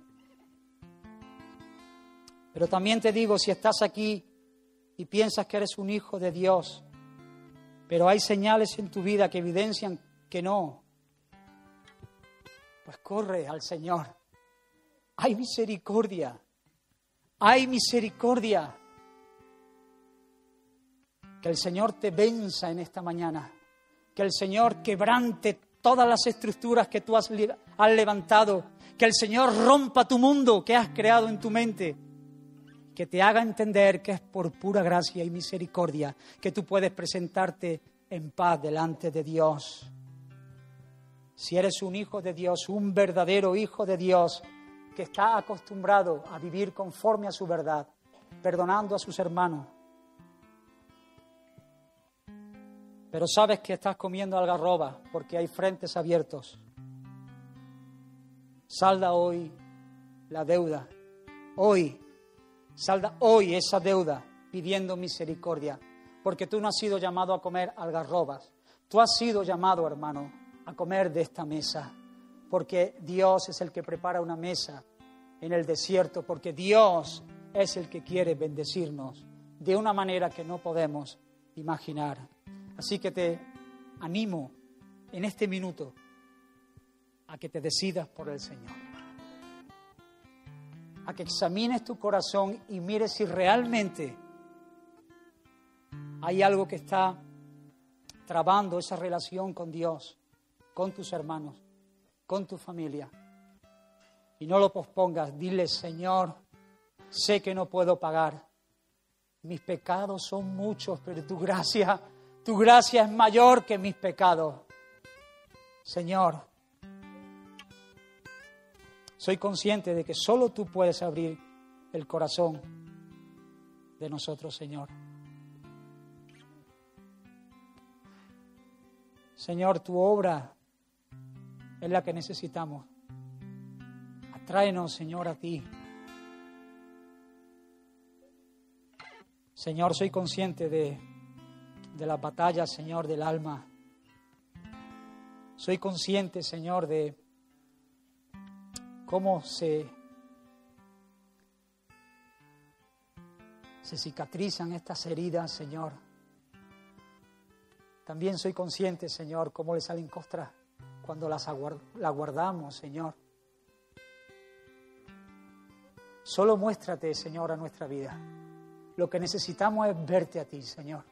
Pero también te digo, si estás aquí y piensas que eres un hijo de Dios, pero hay señales en tu vida que evidencian que no, pues corre al Señor. Hay misericordia. Hay misericordia. Que el Señor te venza en esta mañana. Que el Señor quebrante todas las estructuras que tú has levantado. Que el Señor rompa tu mundo que has creado en tu mente. Que te haga entender que es por pura gracia y misericordia que tú puedes presentarte en paz delante de Dios. Si eres un hijo de Dios, un verdadero hijo de Dios, que está acostumbrado a vivir conforme a su verdad, perdonando a sus hermanos. Pero sabes que estás comiendo algarroba porque hay frentes abiertos. Salda hoy la deuda. Salda hoy esa deuda pidiendo misericordia. Porque tú no has sido llamado a comer algarrobas. Tú has sido llamado, hermano, a comer de esta mesa. Porque Dios es el que prepara una mesa en el desierto, porque Dios es el que quiere bendecirnos de una manera que no podemos imaginar. Así que te animo en este minuto a que te decidas por el Señor, a que examines tu corazón y mires si realmente hay algo que está trabando esa relación con Dios, con tus hermanos, con tu familia. Y no lo pospongas, dile, Señor, sé que no puedo pagar. Mis pecados son muchos, pero tu gracia es mayor que mis pecados. Señor, soy consciente de que solo tú puedes abrir el corazón de nosotros, Señor. Señor, tu obra es la que necesitamos. Atráenos, Señor, a ti. Señor, soy consciente de las batallas, Señor, del alma. Soy consciente, Señor, de cómo se cicatrizan estas heridas, Señor. También soy consciente, Señor, cómo le salen costras cuando la guardamos, Señor. Solo muéstrate, Señor, a nuestra vida. Lo que necesitamos es verte a ti, Señor.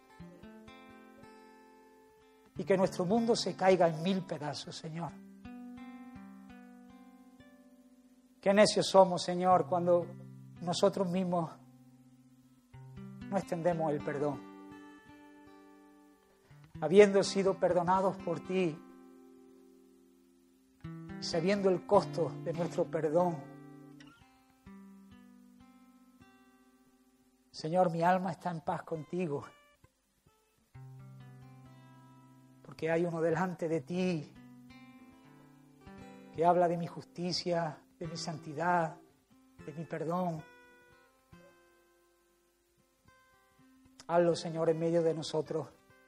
Y que nuestro mundo se caiga en 1000 pedazos, Señor. Qué necios somos, Señor, cuando nosotros mismos no extendemos el perdón. Habiendo sido perdonados por ti, y sabiendo el costo de nuestro perdón, Señor, mi alma está en paz contigo, porque hay uno delante de ti que habla de mi justicia, de mi santidad, de mi perdón. Hazlo, Señor, en medio de nosotros.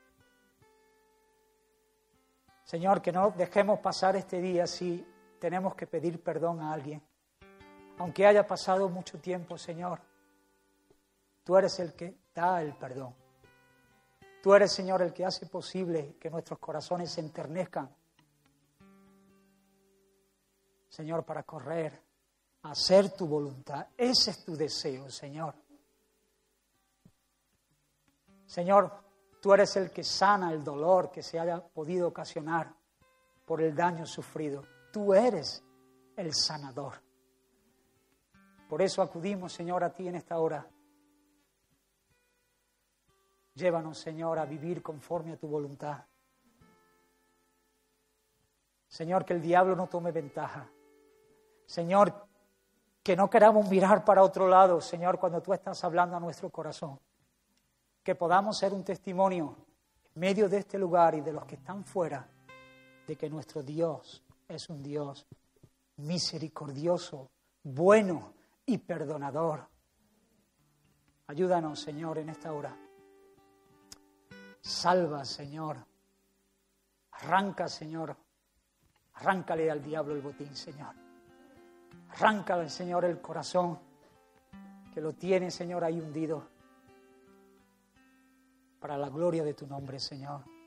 Señor, que no dejemos pasar este día si tenemos que pedir perdón a alguien. Aunque haya pasado mucho tiempo, Señor, tú eres el que da el perdón. Tú eres, Señor, el que hace posible que nuestros corazones se enternezcan. Señor, para correr, a hacer tu voluntad. Ese es tu deseo, Señor. Señor, tú eres el que sana el dolor que se haya podido ocasionar por el daño sufrido. Tú eres el sanador. Por eso acudimos, Señor, a ti en esta hora. Llévanos, Señor, a vivir conforme a tu voluntad. Señor, que el diablo no tome ventaja. Señor, que no queramos mirar para otro lado, Señor, cuando tú estás hablando a nuestro corazón. Que podamos ser un testimonio en medio de este lugar y de los que están fuera, de que nuestro Dios es un Dios misericordioso, bueno y perdonador. Ayúdanos, Señor, en esta hora. Salva, Señor. Arranca, Señor. Arráncale al diablo el botín, Señor. Arráncale, Señor, el corazón que lo tiene, Señor, ahí hundido. Para la gloria de tu nombre, Señor.